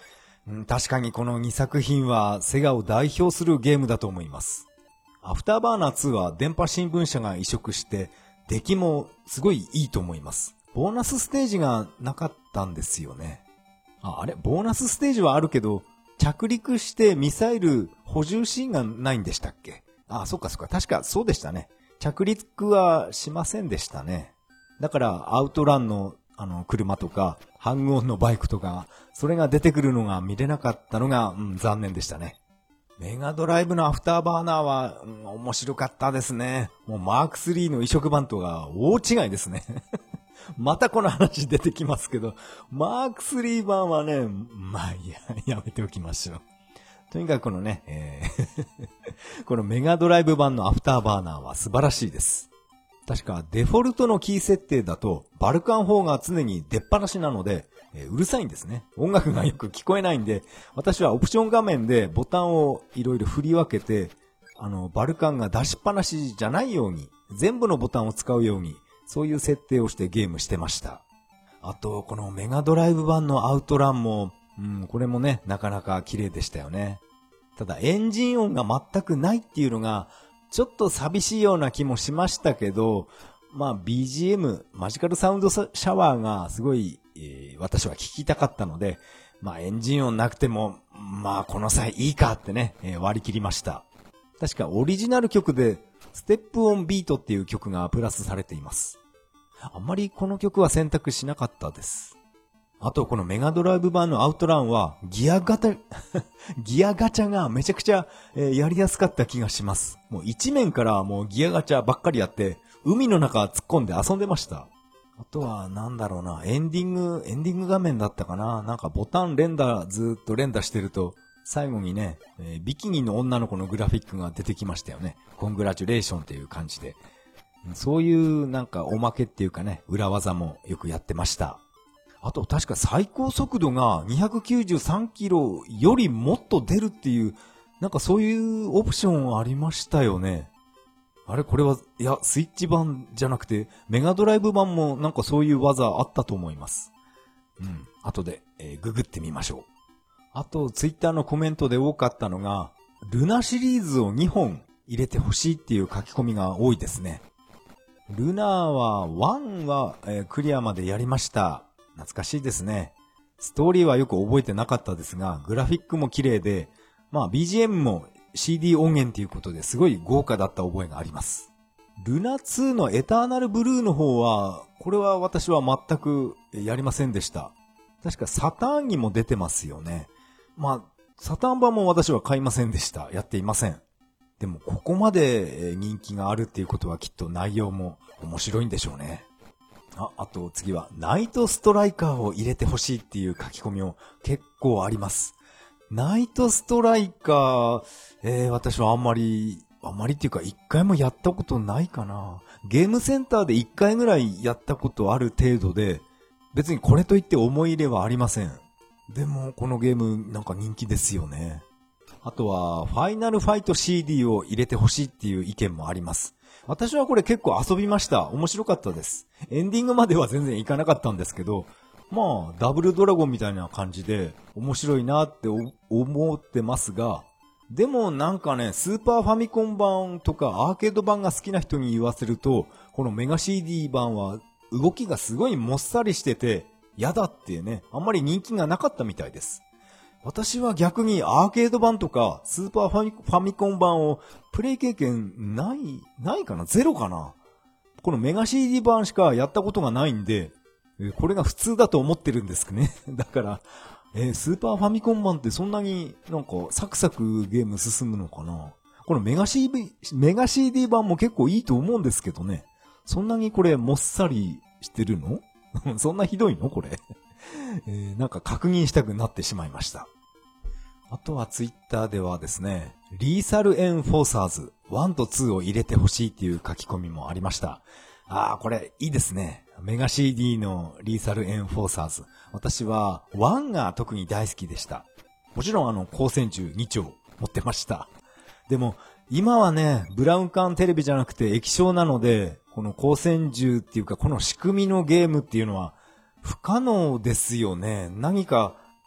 確かにこの2作品はセガを代表するゲームだと思います。アフターバーナー2は電波新聞社が移植して出来もすごいいいと思います。ボーナスステージがなかったんですよね。あれボーナスステージはあるけど着陸してミサイル補充シーンがないんでしたっけ？そっか。確かそうでしたね。着陸はしませんでしたね。だからアウトランの車とかハングオンのバイクとかそれが出てくるのが見れなかったのが、残念でしたね。メガドライブのアフターバーナーは、面白かったですね。もうマーク3の移植版とは大違いですね。またこの話出てきますけど、マーク3版はね、やめておきましょう。とにかくこのね、このメガドライブ版のアフターバーナーは素晴らしいです。確かデフォルトのキー設定だとバルカン4が常に出っ放しなので、うるさいんですね。音楽がよく聞こえないんで、私はオプション画面でボタンをいろいろ振り分けて、バルカンが出しっぱなしじゃないように、全部のボタンを使うように、そういう設定をしてゲームしてました。あと、このメガドライブ版のアウトランも、これもね、なかなか綺麗でしたよね。ただ、エンジン音が全くないっていうのが、ちょっと寂しいような気もしましたけど、BGM、マジカルサウンドシャワーがすごい、私は聞きたかったので、エンジン音なくても、この際いいかってね、割り切りました。確かオリジナル曲で、ステップオンビートっていう曲がプラスされています。あんまりこの曲は選択しなかったです。あとこのメガドライブ版のアウトランはギアガチャがめちゃくちゃ、やりやすかった気がします。もう一面からもうギアガチャばっかりやって、海の中突っ込んで遊んでました。あとはなんだろうな、エンディング画面だったかな。なんかボタンずっと連打してると、最後にね、ビキニの女の子のグラフィックが出てきましたよね。コングラチュレーションっていう感じで。そういうなんかおまけっていうかね、裏技もよくやってました。あと確か最高速度が293キロよりもっと出るっていう、なんかそういうオプションありましたよね。あれこれは、スイッチ版じゃなくて、メガドライブ版もなんかそういう技あったと思います。後で、ググってみましょう。あと、ツイッターのコメントで多かったのが、ルナシリーズを2本入れてほしいっていう書き込みが多いですね。ルナは、1は、クリアまでやりました。懐かしいですね。ストーリーはよく覚えてなかったですが、グラフィックも綺麗で、BGM も CD 音源ということですごい豪華だった覚えがあります。ルナ2のエターナルブルーの方は、これは私は全くやりませんでした。確かサターンにも出てますよね。サターン版も私は買いませんでした。やっていません。でもここまで人気があるっていうことはきっと内容も面白いんでしょうね。あと次はナイトストライカーを入れてほしいっていう書き込みも結構あります。ナイトストライカー、私はあんまりっていうか一回もやったことないかな。ゲームセンターで一回ぐらいやったことある程度で、別にこれといって思い入れはありません。でもこのゲームなんか人気ですよね。あとはファイナルファイト CD を入れてほしいっていう意見もあります。私はこれ結構遊びました。面白かったです。エンディングまでは全然いかなかったんですけど、ダブルドラゴンみたいな感じで面白いなって思ってますが、でもなんかね、スーパーファミコン版とかアーケード版が好きな人に言わせると、このメガ CD 版は動きがすごいもっさりしてて嫌だってね、あんまり人気がなかったみたいです。私は逆にアーケード版とかスーパーファミコン版をプレイ経験ないかな？ゼロかな？このメガ CD 版しかやったことがないんで、これが普通だと思ってるんですね。だから、スーパーファミコン版ってそんなになんかサクサクゲーム進むのかな？このメガ CD 版も結構いいと思うんですけどね。そんなにこれもっさりしてるの？そんなひどいのこれ。なんか確認したくなってしまいました。あとはツイッターではですね、リーサルエンフォーサーズ1と2を入れてほしいっていう書き込みもありました。これいいですね。メガ CD のリーサルエンフォーサーズ。私は1が特に大好きでした。もちろん光線銃2丁持ってました。でも今はね、ブラウン管テレビじゃなくて液晶なので、この光線銃っていうかこの仕組みのゲームっていうのは不可能ですよね。何か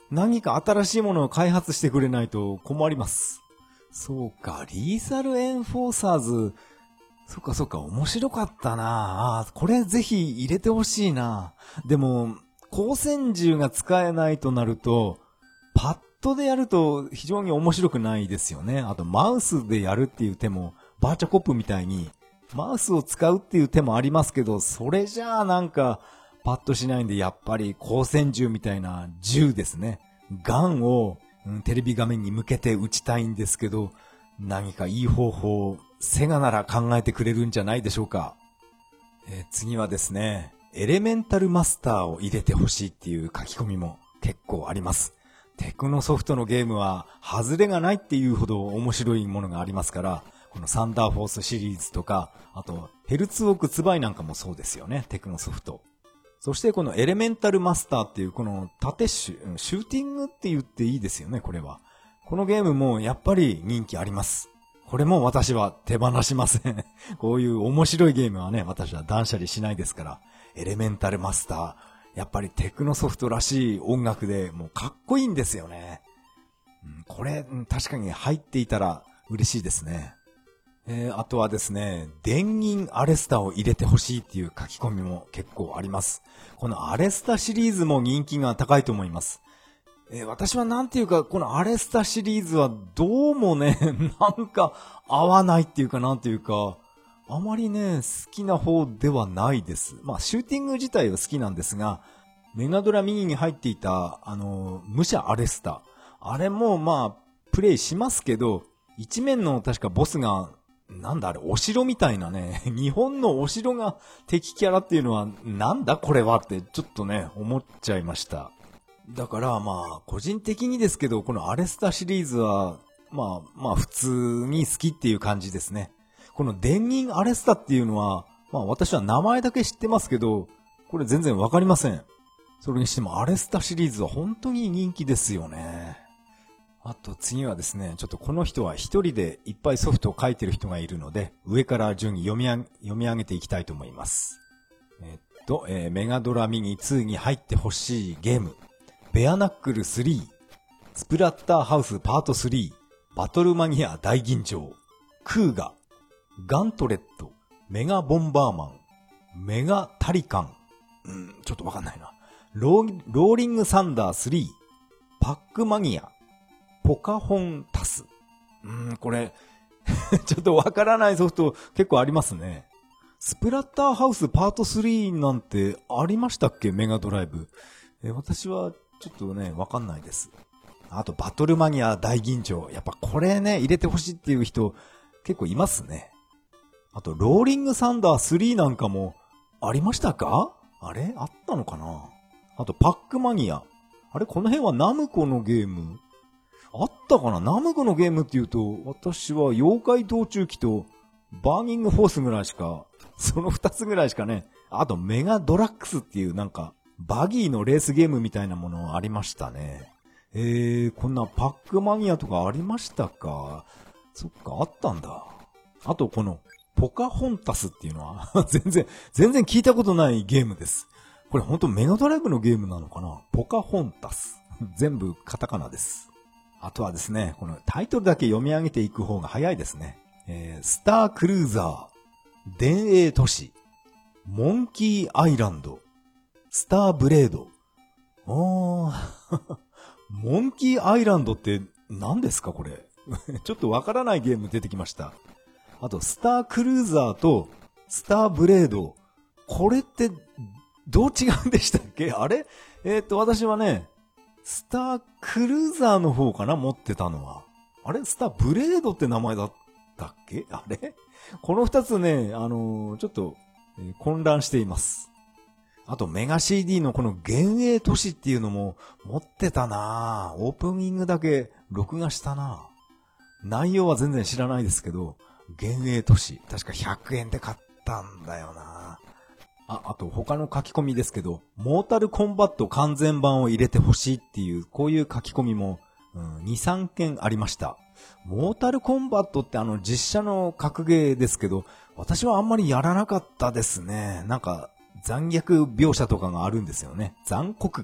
何か新しいものを開発してくれないと困ります。そうか、リーサルエンフォーサーズ、そっか、面白かったな。これぜひ入れてほしいな。でも、光線銃が使えないとなると、パッドでやると非常に面白くないですよね。あとマウスでやるっていう手も、バーチャコップみたいに、マウスを使うっていう手もありますけど、それじゃあなんか、パッとしないんで、やっぱり光線銃みたいな銃ですね。ガンを、テレビ画面に向けて撃ちたいんですけど、何かいい方法、セガなら考えてくれるんじゃないでしょうか。次はですね、エレメンタルマスターを入れてほしいっていう書き込みも結構あります。テクノソフトのゲームは外れがないっていうほど面白いものがありますから、このサンダーフォースシリーズとか、あとヘルツウォークツバイなんかもそうですよね、テクノソフト。そしてこのエレメンタルマスターっていうこのシューティングって言っていいですよね、これは。このゲームもやっぱり人気あります。これも私は手放しません。こういう面白いゲームはね、私は断捨離しないですから。エレメンタルマスター、やっぱりテクノソフトらしい音楽でもうかっこいいんですよね。これ、確かに入っていたら嬉しいですね。あとはですね、電銀アレスタを入れてほしいっていう書き込みも結構あります。このアレスタシリーズも人気が高いと思います。私はなんていうか、このアレスタシリーズはどうもね、なんか合わないっていうかなんていうか、あまりね、好きな方ではないです。まあ、シューティング自体は好きなんですが、メガドラミニに入っていた、武者アレスタ。あれもまあ、プレイしますけど、一面の確かボスが、なんだあれ、お城みたいなね、日本のお城が敵キャラっていうのは、なんだこれはってちょっとね、思っちゃいました。だからまあ、個人的にですけど、このアレスタシリーズは、まあ普通に好きっていう感じですね。この電銀アレスタっていうのは、まあ私は名前だけ知ってますけど、これ全然わかりません。それにしてもアレスタシリーズは本当に人気ですよね。あと次はですね、ちょっとこの人は一人でいっぱいソフトを書いてる人がいるので、上から順に読み上げていきたいと思います。メガドラミニ2に入ってほしいゲーム。ベアナックル3、スプラッターハウスパート3、バトルマニア大吟醸、クーガ、ガントレット、メガボンバーマン、メガタリカン、ちょっとわかんないな。ローリングサンダー3、パックマニア、ポカホンタス。これ、ちょっとわからないソフト結構ありますね。スプラッターハウスパート3なんてありましたっけ、メガドライブ。私はちょっとね、わかんないです。あと、バトルマニア大吟醸。やっぱこれね、入れてほしいっていう人結構いますね。あと、ローリングサンダー3なんかもありましたか？あれあったのかな？あと、パックマニア。あれこの辺はナムコのゲームあったかな？ナムコのゲームって言うと、私は妖怪道中記とバーニングフォースぐらいしか、その2つぐらいしかね。あと、メガドラックスっていうなんか、バギーのレースゲームみたいなものありましたね。こんなパックマニアとかありましたか？そっか、あったんだ。あとこの、ポカホンタスっていうのは全然聞いたことないゲームです。これほんとメガドライブのゲームなのかな？ポカホンタス。全部カタカナです。あとはですね、このタイトルだけ読み上げていく方が早いですね。スタークルーザー、電影都市、モンキーアイランド、スターブレード。モンキーアイランドって何ですかこれ。ちょっとわからないゲーム出てきました。あと、スタークルーザーとスターブレード。これってどう違うんでしたっけ？あれ？私はね、スタークルーザーの方かな持ってたのは。あれ？スターブレードって名前だったっけ？あれ？この二つね、ちょっと、混乱しています。あとメガ CD のこの幻影都市っていうのも持ってたなぁ。オープニングだけ録画したなぁ。内容は全然知らないですけど、幻影都市。確か100円で買ったんだよなぁ。あと他の書き込みですけど、モータルコンバット完全版を入れてほしいっていう、こういう書き込みも、2、3件ありました。モータルコンバットって実写の格ゲーですけど、私はあんまりやらなかったですね。なんか、残虐描写とかがあるんですよね。残酷か。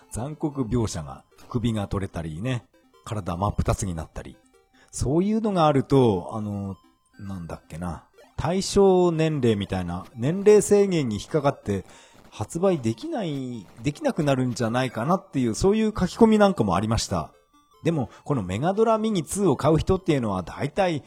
残酷描写が首が取れたりね、体真っ二つになったり、そういうのがあると、なんだっけな、対象年齢みたいな年齢制限に引っかかって発売できなくなるんじゃないかなっていう、そういう書き込みなんかもありました。でも、このメガドラミニ2を買う人っていうのは大体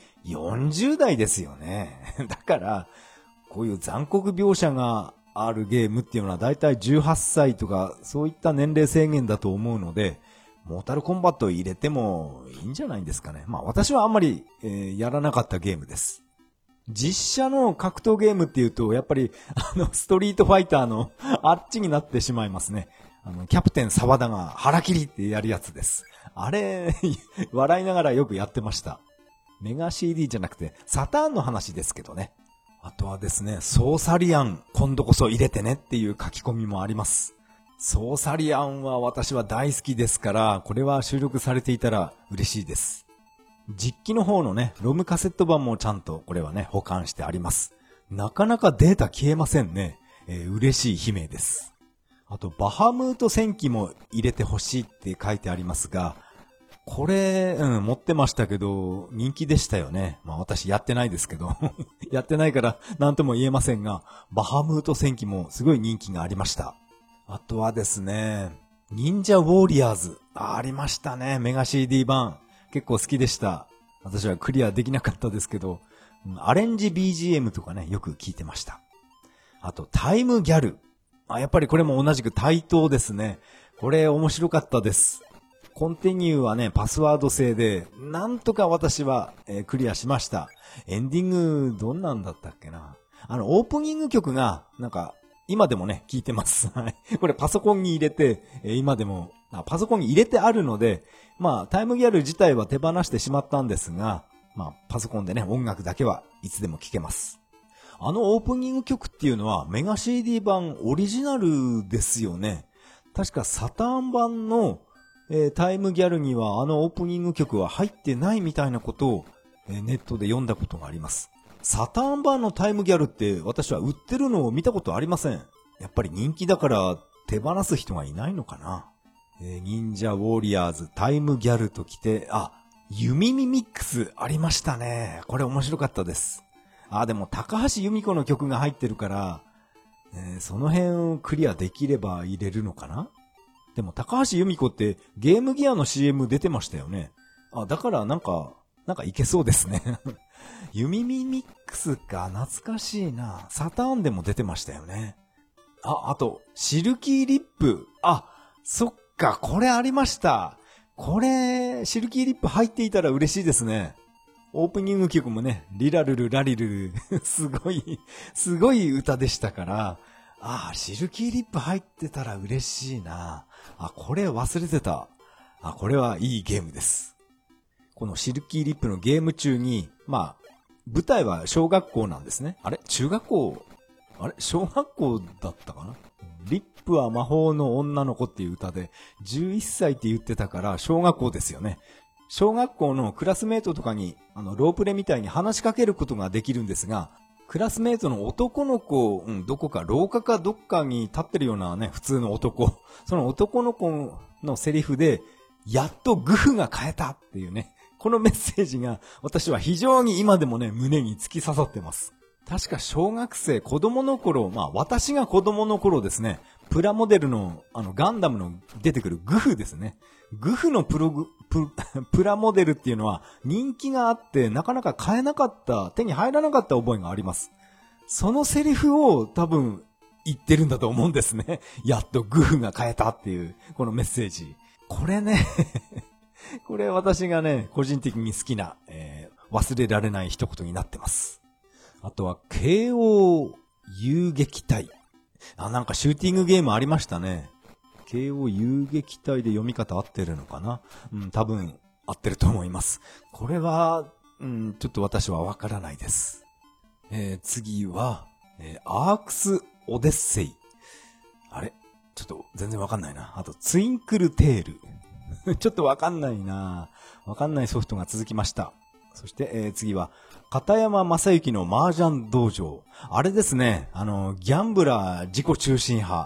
40代ですよね。だから、こういう残酷描写があるゲームっていうのは大体18歳とかそういった年齢制限だと思うので、モータルコンバットを入れてもいいんじゃないんですかね。まあ私はあんまり、やらなかったゲームです。実写の格闘ゲームっていうと、やっぱりストリートファイターのあっちになってしまいますね。キャプテン沢田が腹切りってやるやつです。あれ、笑いながらよくやってました。メガ CD じゃなくてサターンの話ですけどね。あとはですね、ソーサリアン今度こそ入れてねっていう書き込みもあります。ソーサリアンは私は大好きですから、これは収録されていたら嬉しいです。実機の方のね、ロムカセット版もちゃんとこれはね、保管してあります。なかなかデータ消えませんね。嬉しい悲鳴です。あと、バハムート戦記も入れてほしいって書いてありますが、これ、持ってましたけど、人気でしたよね。まあ私やってないですけど、やってないから何とも言えませんが、バハムート戦記もすごい人気がありました。あとはですね、忍者ウォーリアーズ、ありましたね。メガ CD 版。結構好きでした。私はクリアできなかったですけど、アレンジ BGM とかね、よく聞いてました。あと、タイムギャル。やっぱりこれも同じく対等ですね。これ面白かったです。コンティニューはね、パスワード制で、なんとか私は、クリアしました。エンディング、どんなんだったっけな。オープニング曲が、なんか、今でもね、聞いてます。これパソコンに入れて、今でも、パソコンに入れてあるので、まあ、タイムギャル自体は手放してしまったんですが、まあ、パソコンでね、音楽だけはいつでも聴けます。オープニング曲っていうのは、メガ CD 版オリジナルですよね。確かサターン版の、タイムギャルにはオープニング曲は入ってないみたいなことを、ネットで読んだことがあります。サターン版のタイムギャルって私は売ってるのを見たことありません。やっぱり人気だから手放す人がいないのかな。忍者ウォーリアーズタイムギャルときて、弓ミミックスありましたね。これ面白かったです。でも高橋由美子の曲が入ってるから、その辺をクリアできれば入れるのかな。でも高橋由美子ってゲームギアの CM 出てましたよね。だからなんかいけそうですね。弓ミミックスか、懐かしいな。サターンでも出てましたよね。あと、シルキーリップ。そっか、これありました。これ、シルキーリップ入っていたら嬉しいですね。オープニング曲もね、リラルルラリルル、すごい歌でしたから、シルキーリップ入ってたら嬉しいな。これ忘れてた。これはいいゲームです。このシルキーリップのゲーム中に、舞台は小学校なんですね。中学校小学校だったかな。リップは魔法の女の子っていう歌で、11歳って言ってたから小学校ですよね。小学校のクラスメートとかに、ロープレみたいに話しかけることができるんですが、クラスメートの男の子、どこか廊下かどっかに立ってるようなね、普通の男。その男の子のセリフで、やっとグフが変えたっていうね。このメッセージが私は非常に今でもね、胸に突き刺さってます。確か小学生、子供の頃、私が子供の頃ですね、プラモデルの、ガンダムの出てくるグフですね。グフのプラモデルっていうのは人気があってなかなか買えなかった、手に入らなかった覚えがあります。そのセリフを多分言ってるんだと思うんですね。やっとグフが変えたっていう、このメッセージ。これね、これ私がね、個人的に好きな、忘れられない一言になってます。あとは、慶応遊撃隊。なんかシューティングゲームありましたね。慶応遊撃隊で読み方合ってるのかな。多分合ってると思います。これは、ちょっと私はわからないです。次は、アークスオデッセイ。ちょっと全然わかんないな。あと、ツインクルテール。ちょっとわかんないな。わかんないソフトが続きました。そして、次は、片山正幸の麻雀道場。あれですね、ギャンブラー自己中心派。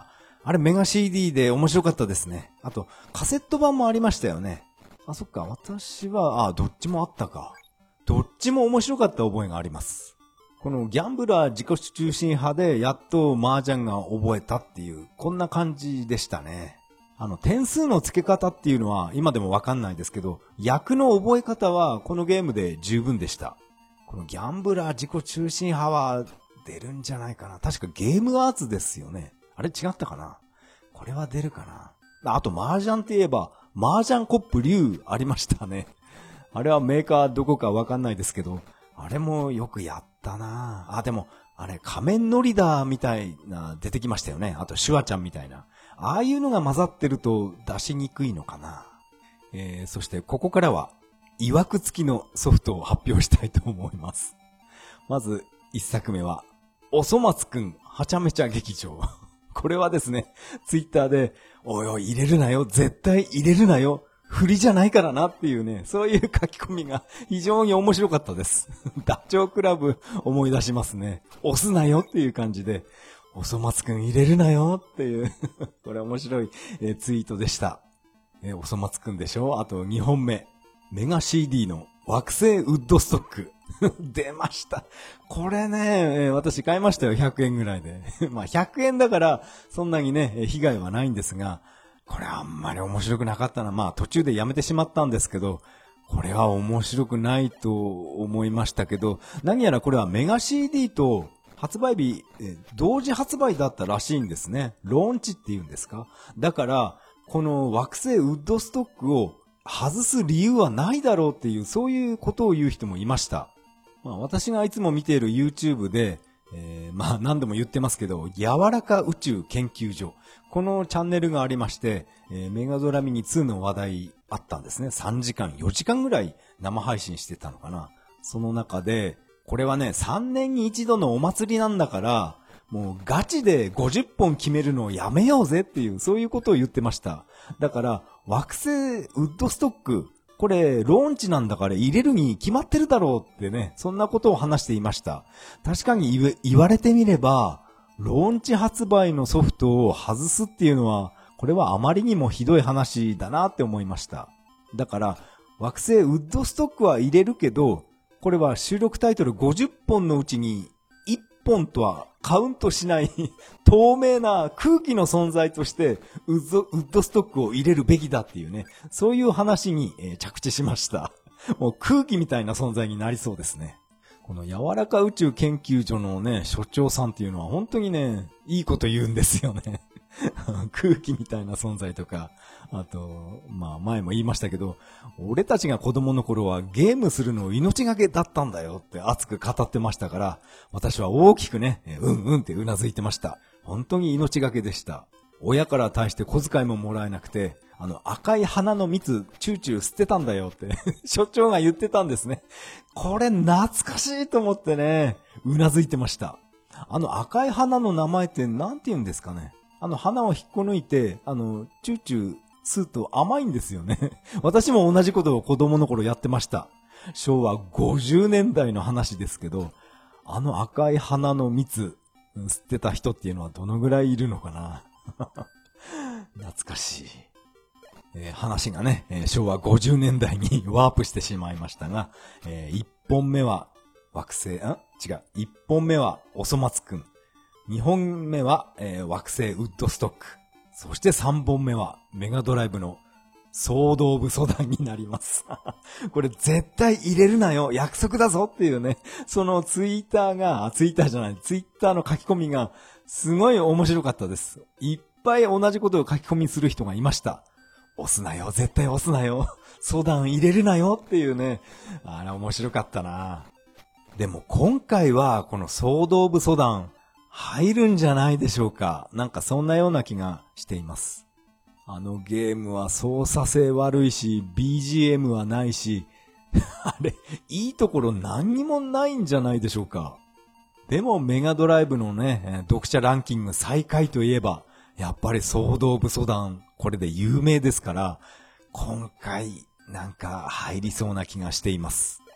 あれメガ CD で面白かったですね。あと、カセット版もありましたよね。あ、そっか、私は、どっちもあったか。どっちも面白かった覚えがあります。このギャンブラー自己中心派でやっと麻雀が覚えたっていう、こんな感じでしたね。点数の付け方っていうのは今でもわかんないですけど、役の覚え方はこのゲームで十分でした。このギャンブラー自己中心派は出るんじゃないかな。確かゲームアーツですよね。あれ違ったかな。これは出るかな。あと麻雀って言えば、麻雀コップ竜ありましたね。あれはメーカーどこかわかんないですけど、あれもよくやったな。でも、あれ仮面ノリダーみたいな出てきましたよね。あとシュワちゃんみたいな。ああいうのが混ざってると出しにくいのかな。そしてここからは、曰く付きのソフトを発表したいと思います。まず、一作目は、おそ松くんはちゃめちゃ劇場。これはですね、ツイッターで、おいおい入れるなよ、絶対入れるなよ、振りじゃないからなっていうね、そういう書き込みが非常に面白かったです。ダチョウ倶楽部思い出しますね。押すなよっていう感じで、おそ松くん入れるなよっていうこれ面白い、ツイートでした。おそ松くんでしょ。あと2本目。メガ CD の惑星ウッドストック。出ました。これね、私買いましたよ。100円ぐらいで。まあ100円だからそんなにね、被害はないんですが、これあんまり面白くなかったな。まあ途中でやめてしまったんですけど、これは面白くないと思いましたけど、何やらこれはメガ CD と発売日、同時発売だったらしいんですね。ローンチって言うんですか。だから、この惑星ウッドストックを外す理由はないだろうっていう、そういうことを言う人もいました。まあ私がいつも見ている YouTube で、まあ何度も言ってますけど、柔らか宇宙研究所。このチャンネルがありまして、メガドラミニ2の話題あったんですね。3時間、4時間ぐらい生配信してたのかな。その中で、これはね、3年に一度のお祭りなんだから、もうガチで50本決めるのをやめようぜっていう、そういうことを言ってました。だから、惑星ウッドストック、これ、ローンチなんだから入れるに決まってるだろうってね、そんなことを話していました。確かに言われてみれば、ローンチ発売のソフトを外すっていうのは、これはあまりにもひどい話だなって思いました。だから、惑星ウッドストックは入れるけど、これは収録タイトル50本のうちに1本とはカウントしない透明な空気の存在としてウッドストックを入れるべきだっていうね、そういう話に着地しました。もう空気みたいな存在になりそうですね。この柔らか宇宙研究所のね、所長さんっていうのは本当にね、いいこと言うんですよね。空気みたいな存在とか、あと、まあ前も言いましたけど、俺たちが子供の頃はゲームするの命がけだったんだよって熱く語ってましたから、私は大きくね、うんうんってうなずいてました。本当に命がけでした。親から対して小遣いももらえなくて、赤い花の蜜、チューチュー吸ってたんだよって所長が言ってたんですね。これ懐かしいと思ってね、うなずいてました。赤い花の名前ってなんて言うんですかね。花を引っこ抜いて、チューチュー吸うと甘いんですよね。私も同じことを子供の頃やってました。昭和50年代の話ですけど、赤い花の蜜、吸ってた人っていうのはどのぐらいいるのかな。懐かしい。話がね、昭和50年代にワープしてしまいましたが、1本目は惑星、違う。1本目はおそ松くん。2本目は、惑星ウッドストック。そして3本目はメガドライブの総動部ソダンになります。これ絶対入れるなよ、約束だぞっていうね、そのツイッターの書き込みがすごい面白かったです。いっぱい同じことを書き込みする人がいました。押すなよ、絶対押すなよ、ソダン入れるなよっていうね、あれ面白かったな。でも今回はこの総動部ソダン入るんじゃないでしょうか。なんかそんなような気がしています。ゲームは操作性悪いし、BGM はないし、あれ、いいところ何にもないんじゃないでしょうか。でもメガドライブのね、読者ランキング最下位といえば、やっぱり総動部ソダン、これで有名ですから、今回なんか入りそうな気がしています。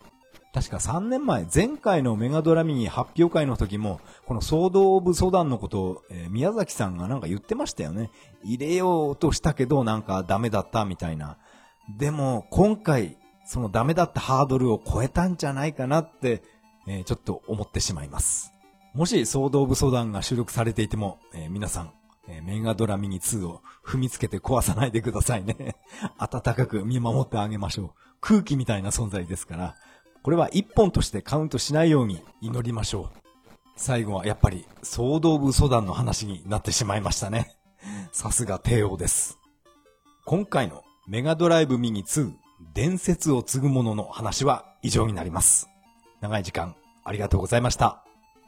確か3年前、前回のメガドラミニ発表会の時も、このソードオブソダンのことを、宮崎さんがなんか言ってましたよね。入れようとしたけどなんかダメだったみたいな。でも今回、そのダメだったハードルを超えたんじゃないかなって、ちょっと思ってしまいます。もしソードオブソダンが収録されていても、皆さん、メガドラミニ2を踏みつけて壊さないでくださいね。温かく見守ってあげましょう。空気みたいな存在ですから、これは一本としてカウントしないように祈りましょう。最後はやっぱりソードオブソダンの話になってしまいましたね。さすが帝王です。今回のメガドライブミニ2伝説を継ぐものの話は以上になります。長い時間ありがとうございました。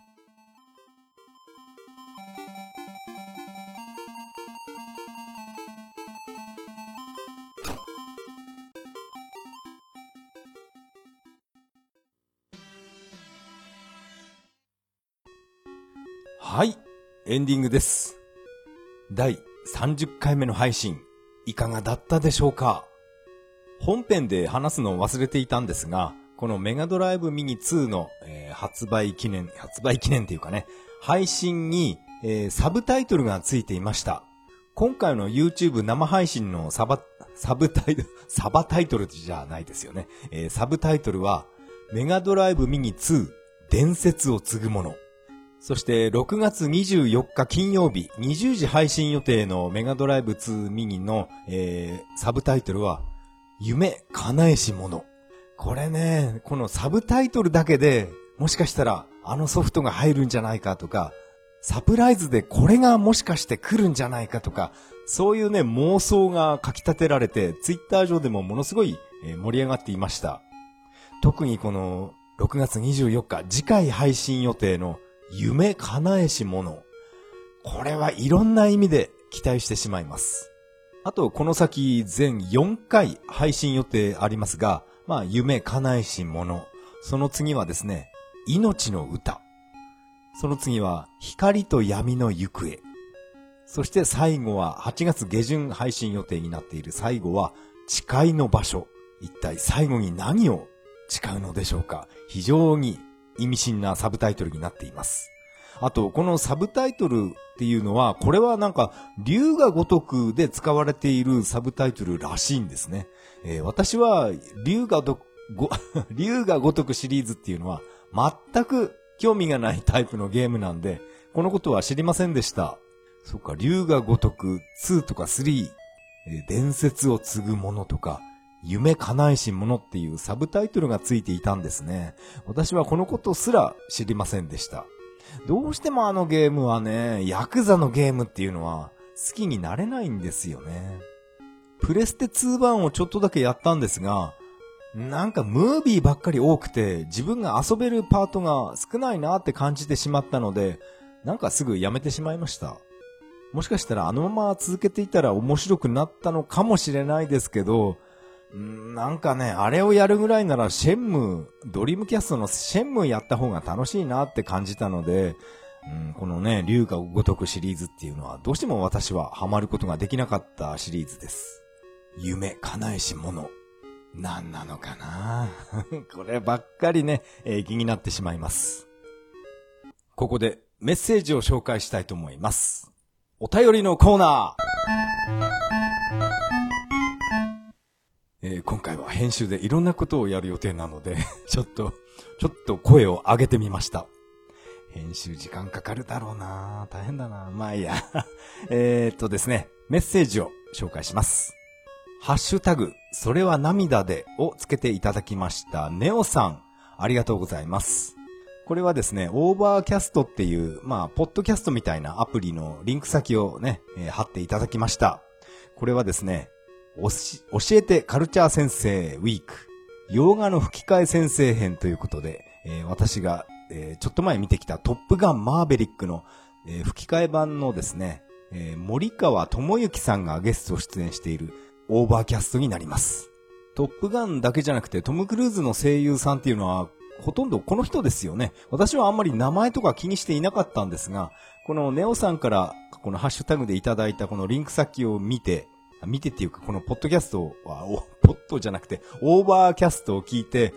はい、エンディングです。第30回目の配信、いかがだったでしょうか？本編で話すのを忘れていたんですが、このメガドライブミニ2の、発売記念っていうかね、配信に、サブタイトルがついていました。今回の YouTube 生配信のサバタイトルじゃないですよね。サブタイトルは、メガドライブミニ2伝説を継ぐもの。そして6月24日金曜日20時配信予定のメガドライブ2ミニの、サブタイトルは夢叶えし者。これね、このサブタイトルだけでもしかしたらあのソフトが入るんじゃないかとか、サプライズでこれがもしかして来るんじゃないかとか、そういうね妄想がかき立てられてツイッター上でもものすごい盛り上がっていました。特にこの6月24日次回配信予定の夢叶えし者。これはいろんな意味で期待してしまいます。あと、この先全4回配信予定ありますが、夢叶えし者。その次はですね、命の歌。その次は、光と闇の行方。そして最後は、8月下旬配信予定になっている最後は、誓いの場所。一体最後に何を誓うのでしょうか？非常に意味深なサブタイトルになっています。あと、このサブタイトルっていうのは、これはなんか、龍が如くで使われているサブタイトルらしいんですね。私は、龍が如くシリーズっていうのは、全く興味がないタイプのゲームなんで、このことは知りませんでした。そっか、龍が如く2とか3、伝説を継ぐものとか、夢叶えし者っていうサブタイトルがついていたんですね。私はこのことすら知りませんでした。どうしてもあのゲームはね、ヤクザのゲームっていうのは好きになれないんですよね。プレステ2版をちょっとだけやったんですが、なんかムービーばっかり多くて自分が遊べるパートが少ないなって感じてしまったので、なんかすぐやめてしまいました。もしかしたらあのまま続けていたら面白くなったのかもしれないですけど、なんかね、あれをやるぐらいならドリームキャストのシェンムーやった方が楽しいなって感じたので、このね、龍が如くシリーズっていうのはどうしても私はハマることができなかったシリーズです。夢叶えし者。何なのかなこればっかりね、気になってしまいます。ここでメッセージを紹介したいと思います。お便りのコーナー。今回は編集でいろんなことをやる予定なのでちょっと声を上げてみました。編集時間かかるだろうな、大変だな、まあいいやですね、メッセージを紹介します。ハッシュタグそれは涙でをつけていただきましたネオさん、ありがとうございます。これはですね、オーバーキャストっていうポッドキャストみたいなアプリのリンク先をね、貼っていただきました。これはですね、教えてカルチャー先生ウィーク洋画の吹き替え先生編ということで、私が、ちょっと前見てきたトップガンマーベリックの、吹き替え版のですね、森川智之さんがゲスト出演しているオーバーキャストになります。トップガンだけじゃなくてトム・クルーズの声優さんっていうのはほとんどこの人ですよね。私はあんまり名前とか気にしていなかったんですが、このネオさんからこのハッシュタグでいただいたこのリンク先を見てっていうか、このポッドキャストはポッドじゃなくてオーバーキャストを聞いて、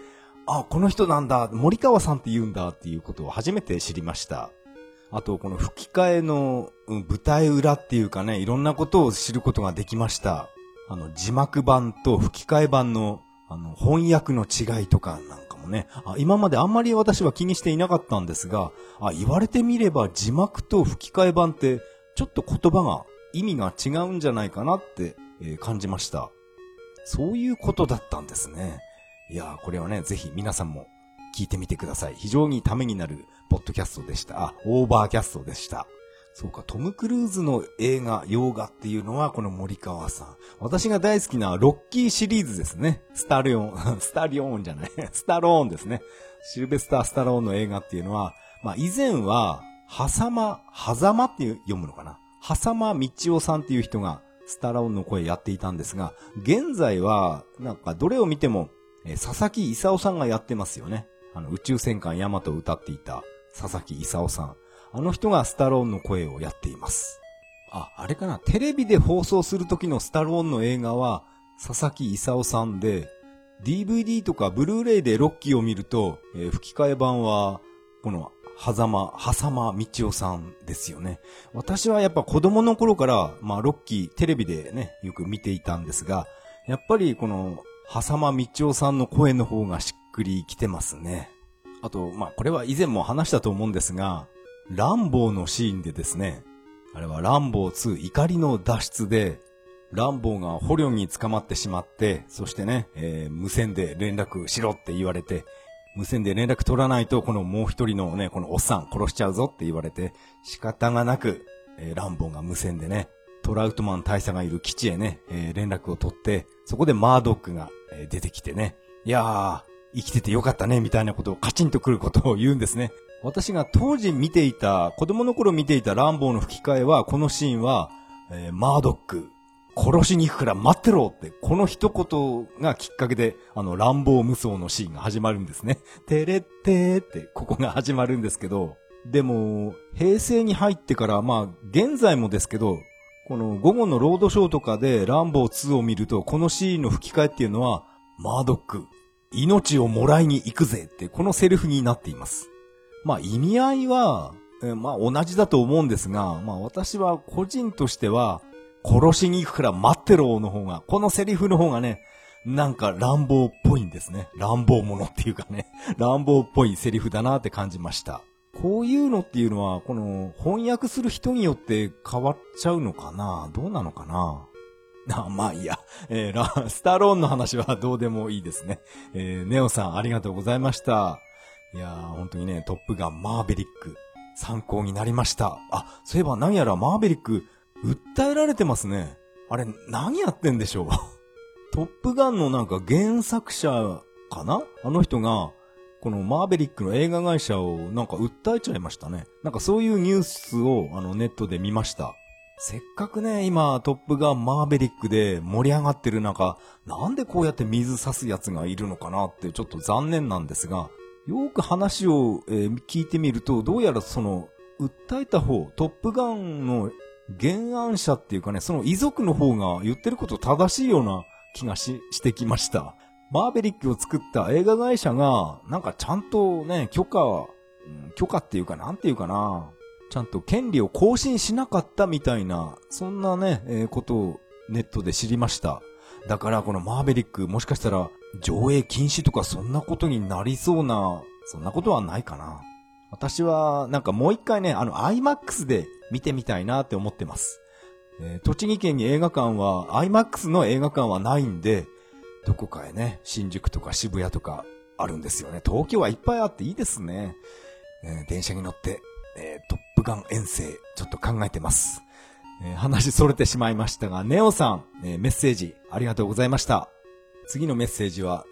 あ、この人なんだ、森川さんって言うんだっていうことを初めて知りました。あと、この吹き替えの舞台裏っていうかね、いろんなことを知ることができました。字幕版と吹き替え版の、翻訳の違いとかなんかもね、今まであんまり私は気にしていなかったんですが、言われてみれば字幕と吹き替え版って、ちょっと言葉が、意味が違うんじゃないかなって、感じました。そういうことだったんですね。いやー、これはね、ぜひ皆さんも聞いてみてください。非常にためになるポッドキャストでした。オーバーキャストでした。そうか、トム・クルーズの映画、洋画っていうのはこの森川さん。私が大好きなロッキーシリーズですね。スタリオーンじゃない。スタローンですね。シルベスター・スタローンの映画っていうのは、以前は、狭間って読むのかな。狭間道夫さんっていう人がスタローンの声やっていたんですが、現在は、なんかどれを見ても、佐々木勲さんがやってますよね。宇宙戦艦ヤマトを歌っていた佐々木勲さん。あの人がスタローンの声をやっています。あれかな。テレビで放送する時のスタローンの映画は佐々木勲さんで、DVD とかブルーレイでロッキーを見ると、吹き替え版はこの狭間道夫さんですよね。私はやっぱ子供の頃から、ロッキーテレビでね、よく見ていたんですが、やっぱりこの狭間道夫さんの声の方がしっくりきてますね。あと、これは以前も話したと思うんですが、ランボーのシーンでですね、あれはランボー2怒りの脱出で、ランボーが捕虜に捕まってしまって、そしてね、無線で連絡しろって言われて、無線で連絡取らないとこのもう一人のね、このおっさん殺しちゃうぞって言われて、仕方がなく、ランボーが無線でね、トラウトマン大佐がいる基地へね、連絡を取って、そこでマードックが、出てきてね、いやー、生きててよかったね、みたいなことをカチンとくることを言うんですね。私が当時子供の頃見ていたランボーの吹き替えは、このシーンは、マードック、殺しに行くから待ってろって、この一言がきっかけで、ランボー無双のシーンが始まるんですね。てれってーって、ここが始まるんですけど、でも、平成に入ってから、現在もですけど、この午後のロードショーとかでランボー2を見ると、このシーンの吹き替えっていうのは、マードック、命をもらいに行くぜって、このセリフになっています。意味合いは、同じだと思うんですが、私は個人としては、殺しに行くから待ってろの方が、このセリフの方がね、なんか乱暴っぽいんですね。乱暴者っていうかね、乱暴っぽいセリフだなって感じました。こういうのっていうのは、この翻訳する人によって変わっちゃうのかな？どうなのかな？いいや。スタローンの話はどうでもいいですね。ネオさんありがとうございました。いやー、本当にね、トップガンマーベリック、参考になりました。そういえば何やらマーベリック、訴えられてますね。あれ、何やってんでしょう。トップガンのなんか原作者かな？あの人が、このマーベリックの映画会社をなんか訴えちゃいましたね。なんかそういうニュースをネットで見ました。せっかくね、今トップガンマーベリックで盛り上がってる中、なんでこうやって水差すやつがいるのかなってちょっと残念なんですが、よく話を、聞いてみると、どうやらその、訴えた方、トップガンの原案者っていうかね、その遺族の方が言ってること正しいような気がしてきました。マーベリックを作った映画会社が、なんかちゃんとね、許可っていうかなんていうかな、ちゃんと権利を更新しなかったみたいな、そんなね、ことをネットで知りました。だからこのマーベリックもしかしたら上映禁止とかそんなことになりそうな、そんなことはないかな。私はなんかもう一回ね、IMAX で見てみたいなって思ってます。栃木県に映画館は、IMAX の映画館はないんで、どこかへね、新宿とか渋谷とかあるんですよね。東京はいっぱいあっていいですね。電車に乗って、トップガン遠征、ちょっと考えてます。話それてしまいましたが、ネオさん、メッセージありがとうございました。次のメッセージは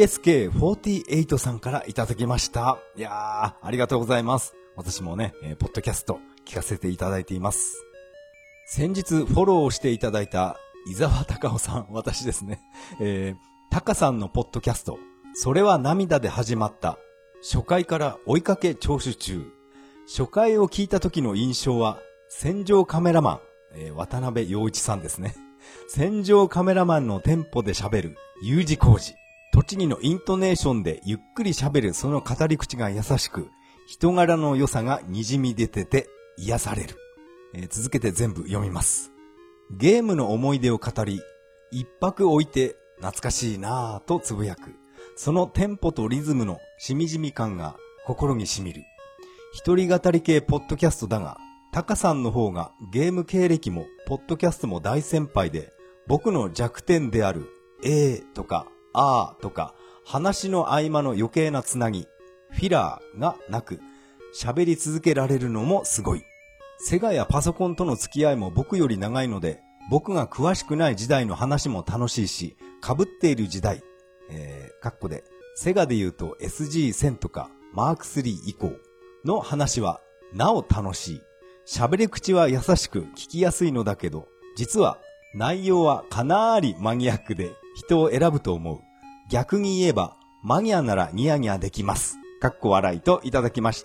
DSK48 さんからいただきました。いやー、ありがとうございます。私もね、ポッドキャスト聞かせていただいています。先日フォローをしていただいた伊沢隆夫さん、私ですね。タカさんのポッドキャスト、それは涙で始まった。初回から追いかけ聴取中。初回を聞いた時の印象は、戦場カメラマン、渡辺陽一さんですね。戦場カメラマンのテンポで喋る U 字工事。 栃木のイントネーションでゆっくり喋るその語り口が優しく、人柄の良さが滲み出てて癒される。続けて全部読みます。ゲームの思い出を語り、一泊置いて懐かしいなぁとつぶやく。そのテンポとリズムのしみじみ感が心にしみる。一人語り系ポッドキャストだが、タカさんの方がゲーム経歴もポッドキャストも大先輩で、僕の弱点であるとかとか話の合間の余計なつなぎ、フィラーがなく喋り続けられるのもすごい。セガやパソコンとの付き合いも僕より長いので、僕が詳しくない時代の話も楽しいし、被っている時代、でセガで言うと SG1000 とかマーク3以降の話はなお楽しい。喋り口は優しく聞きやすいのだけど、実は内容はかなりマニアックで人を選ぶと思う。逆に言えばマニアならニヤニヤできます。笑いといただきました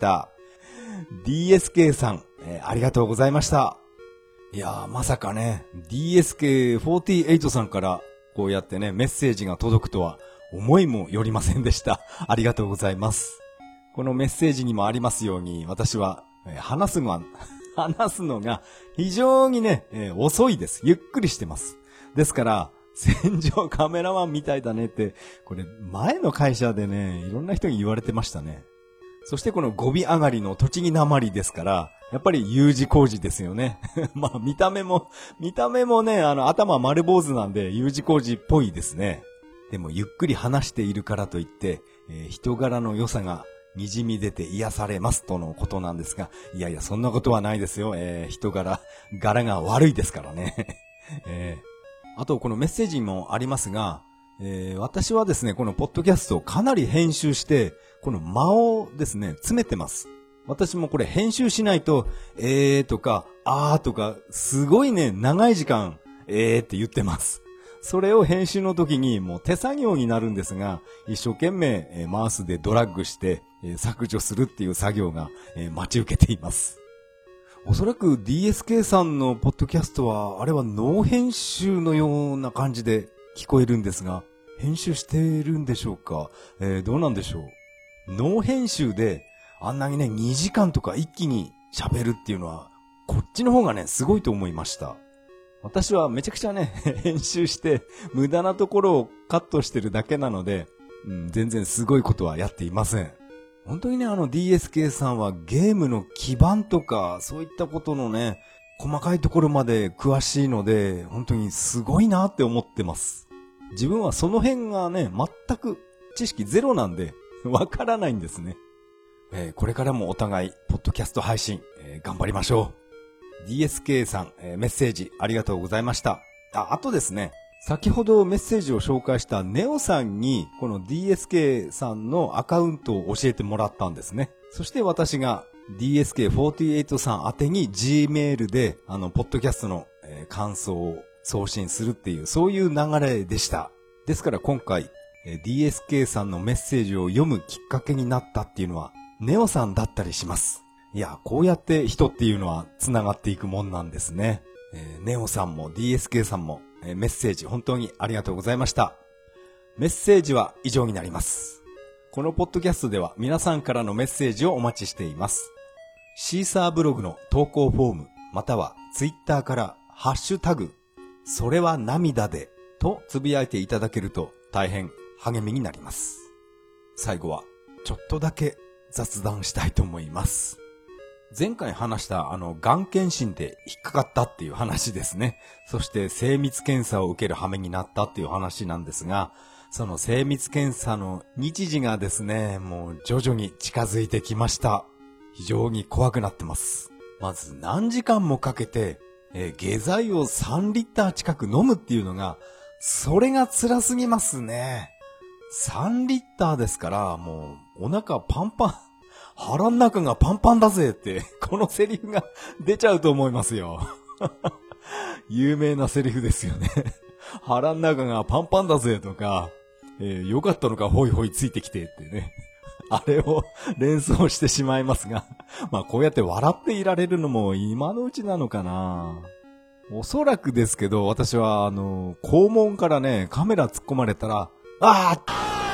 。DSK さん、ありがとうございました。いやー、まさかね、DSK48 さんからこうやってね、メッセージが届くとは思いもよりませんでした。ありがとうございます。このメッセージにもありますように、私は、話すのが非常にね、遅いです。ゆっくりしてます。ですから、戦場カメラマンみたいだねって、これ前の会社でね、いろんな人に言われてましたね。そしてこの語尾上がりの栃木なまりですから、やっぱり U 字工事ですよね。まあ見た目もね、頭丸坊主なんで U 字工事っぽいですね。でもゆっくり話しているからといって、人柄の良さが滲み出て癒されますとのことなんですが、いやいやそんなことはないですよ。人柄が悪いですからね。あとこのメッセージにもありますが、私はですね、このポッドキャストをかなり編集して、この間をですね、詰めてます。私もこれ編集しないと、とか、とか、すごいね、長い時間、って言ってます。それを編集の時にもう手作業になるんですが、一生懸命、マウスでドラッグして、削除するっていう作業が、待ち受けています。おそらく DSK さんのポッドキャストは、あれはノー編集のような感じで聞こえるんですが、編集しているんでしょうか、どうなんでしょう。ノー編集で、あんなにね、2時間とか一気に喋るっていうのは、こっちの方がね、すごいと思いました。私はめちゃくちゃね、編集して、無駄なところをカットしてるだけなので、全然すごいことはやっていません。本当にね、DSK さんはゲームの基盤とか、そういったことのね、細かいところまで詳しいので、本当にすごいなって思ってます。自分はその辺がね、全く知識ゼロなんで、わからないんですね。これからもお互い、ポッドキャスト配信、頑張りましょう。DSK さん、メッセージありがとうございました。あとですね、先ほどメッセージを紹介したネオさんに、この DSK さんのアカウントを教えてもらったんですね。そして私が DSK48 さん宛てに Gmail で、ポッドキャストの、感想を送信するっていう、そういう流れでした。ですから今回、DSK さんのメッセージを読むきっかけになったっていうのは、ネオさんだったりします。いや、こうやって人っていうのは繋がっていくもんなんですね。ネオさんも DSK さんも、メッセージ本当にありがとうございました。メッセージは以上になります。このポッドキャストでは皆さんからのメッセージをお待ちしています。シーサーブログの投稿フォーム、またはツイッターからハッシュタグ、それは涙でとつぶやいていただけると大変励みになります。最後はちょっとだけ雑談したいと思います。前回話したがん検診で引っかかったっていう話ですね。そして精密検査を受ける羽目になったっていう話なんですが、その精密検査の日時がですね、もう徐々に近づいてきました。非常に怖くなってます。まず何時間もかけて、下剤を3リッター近く飲むっていうのが、それが辛すぎますね。3リッターですから、もうお腹パンパン。腹の中がパンパンだぜって、このセリフが出ちゃうと思いますよ。有名なセリフですよね。腹の中がパンパンだぜとか、よかったのかホイホイついてきてってね。あれを連想してしまいますが、まあこうやって笑っていられるのも今のうちなのかな。おそらくですけど、私は肛門からね、カメラ突っ込まれたら、あー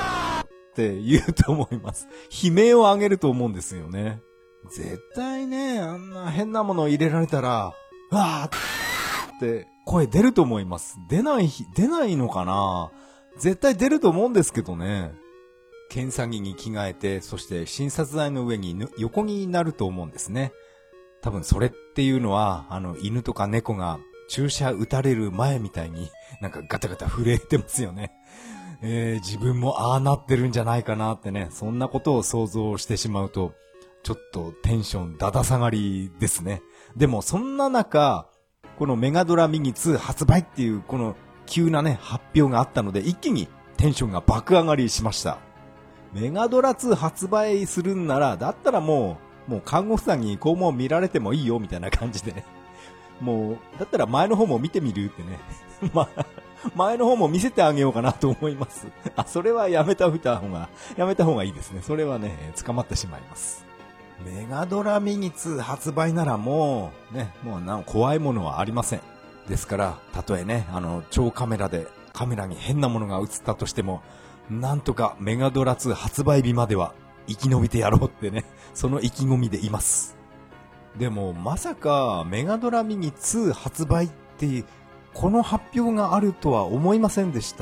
って言うと思います。悲鳴を上げると思うんですよね。絶対ね、あんな変なものを入れられたら、わーって声出ると思います。出ないのかな？絶対出ると思うんですけどね。検査着に着替えて、そして診察台の上に横になると思うんですね。多分それっていうのは、犬とか猫が注射打たれる前みたいになんかガタガタ震えてますよね。自分もああなってるんじゃないかなってね、そんなことを想像してしまうと、ちょっとテンションだだ下がりですね。でもそんな中、このメガドラミニ2発売っていうこの急なね、発表があったので一気にテンションが爆上がりしました。メガドラ2発売するんなら、だったらもう看護婦さんに肛門見られてもいいよみたいな感じでね。もう、だったら前の方も見てみるってね。前の方も見せてあげようかなと思います。それはやめた方がいいですね。それはね、捕まってしまいます。メガドラミニ2発売ならもう怖いものはありません。ですから、たとえね、超カメラでカメラに変なものが映ったとしても、なんとかメガドラ2発売日までは生き延びてやろうってね、その意気込みでいます。でもまさかメガドラミニ2発売ってこの発表があるとは思いませんでした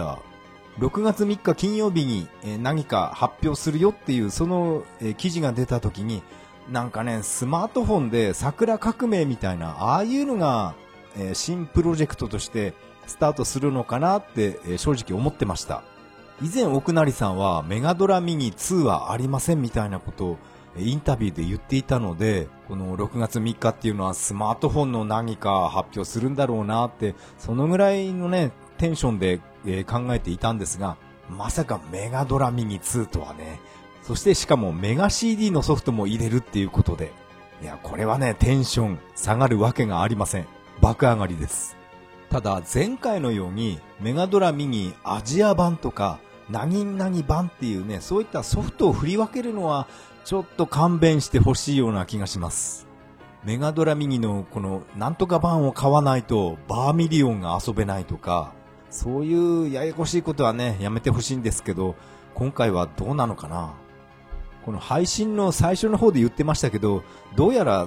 。6月3日金曜日に何か発表するよっていうその記事が出た時に、なんかね、スマートフォンで桜革命みたいなああいうのが新プロジェクトとしてスタートするのかなって正直思ってました。以前奥成さんはメガドラミニ2はありませんみたいなことをインタビューで言っていたので、この6月3日っていうのはスマートフォンの何か発表するんだろうなって、そのぐらいのねテンションで考えていたんですが、まさかメガドラミニ2とはね。そしてしかもメガ CD のソフトも入れるっていうことで、いやこれはねテンション下がるわけがありません。爆上がりです。ただ前回のようにメガドラミニアジア版とかなぎなぎ版っていうね、そういったソフトを振り分けるのはちょっと勘弁してほしいような気がします。メガドラミニのこのなんとか版を買わないとバーミリオンが遊べないとか、そういうややこしいことはねやめてほしいんですけど、今回はどうなのかな。この配信の最初の方で言ってましたけど、どうやら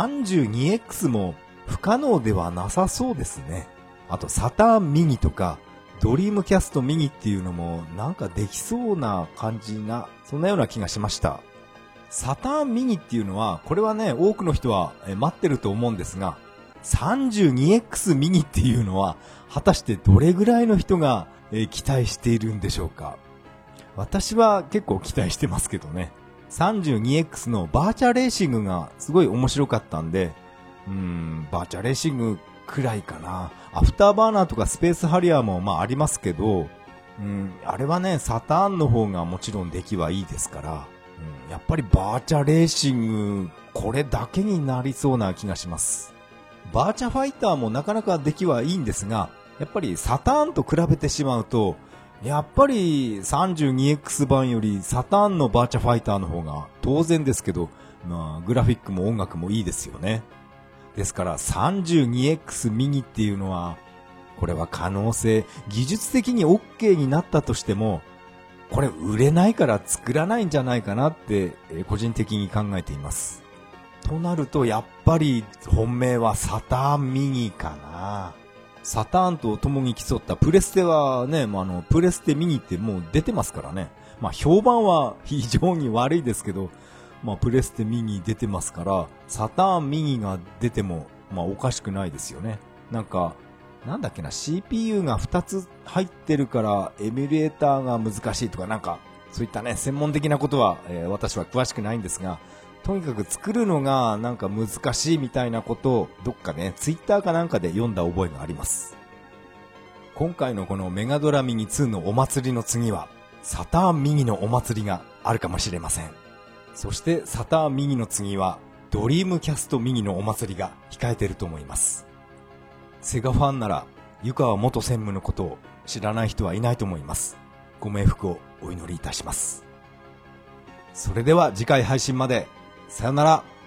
32X も不可能ではなさそうですね。あとサターンミニとかドリームキャストミニっていうのもなんかできそうな感じな、そんなような気がしました。サターンミニっていうのは、これはね多くの人は待ってると思うんですが、32X ミニっていうのは果たしてどれぐらいの人が期待しているんでしょうか。私は結構期待してますけどね。32X のバーチャレーシングがすごい面白かったんで、バーチャレーシングくらいかな。アフターバーナーとかスペースハリアーもありますけど、あれはねサターンの方がもちろん出来はいいですから、やっぱりバーチャレーシングこれだけになりそうな気がします。バーチャファイターもなかなか出来はいいんですが、やっぱりサターンと比べてしまうと、やっぱり 32X 版よりサターンのバーチャファイターの方が当然ですけど、グラフィックも音楽もいいですよね。ですから 32X ミニっていうのは、これは可能性、技術的に OK になったとしても、これ売れないから作らないんじゃないかなって個人的に考えています。となるとやっぱり本命はサターンミニかな。サターンと共に競ったプレステはね、プレステミニってもう出てますからね。評判は非常に悪いですけど、プレステミニ出てますから、サターンミニが出てもおかしくないですよね。なんだっけな、 CPU が2つ入ってるからエミュレーターが難しいとか、そういったね専門的なことは、私は詳しくないんですが、とにかく作るのが難しいみたいなことをどっかねツイッターかなんかで読んだ覚えがあります。今回のこのメガドラミニ2のお祭りの次はサターンミニのお祭りがあるかもしれません。そしてサターンミニの次はドリームキャストミニのお祭りが控えていると思います。セガファンなら湯川元専務のことを知らない人はいないと思います。ご冥福をお祈りいたします。それでは次回配信まで。さよなら。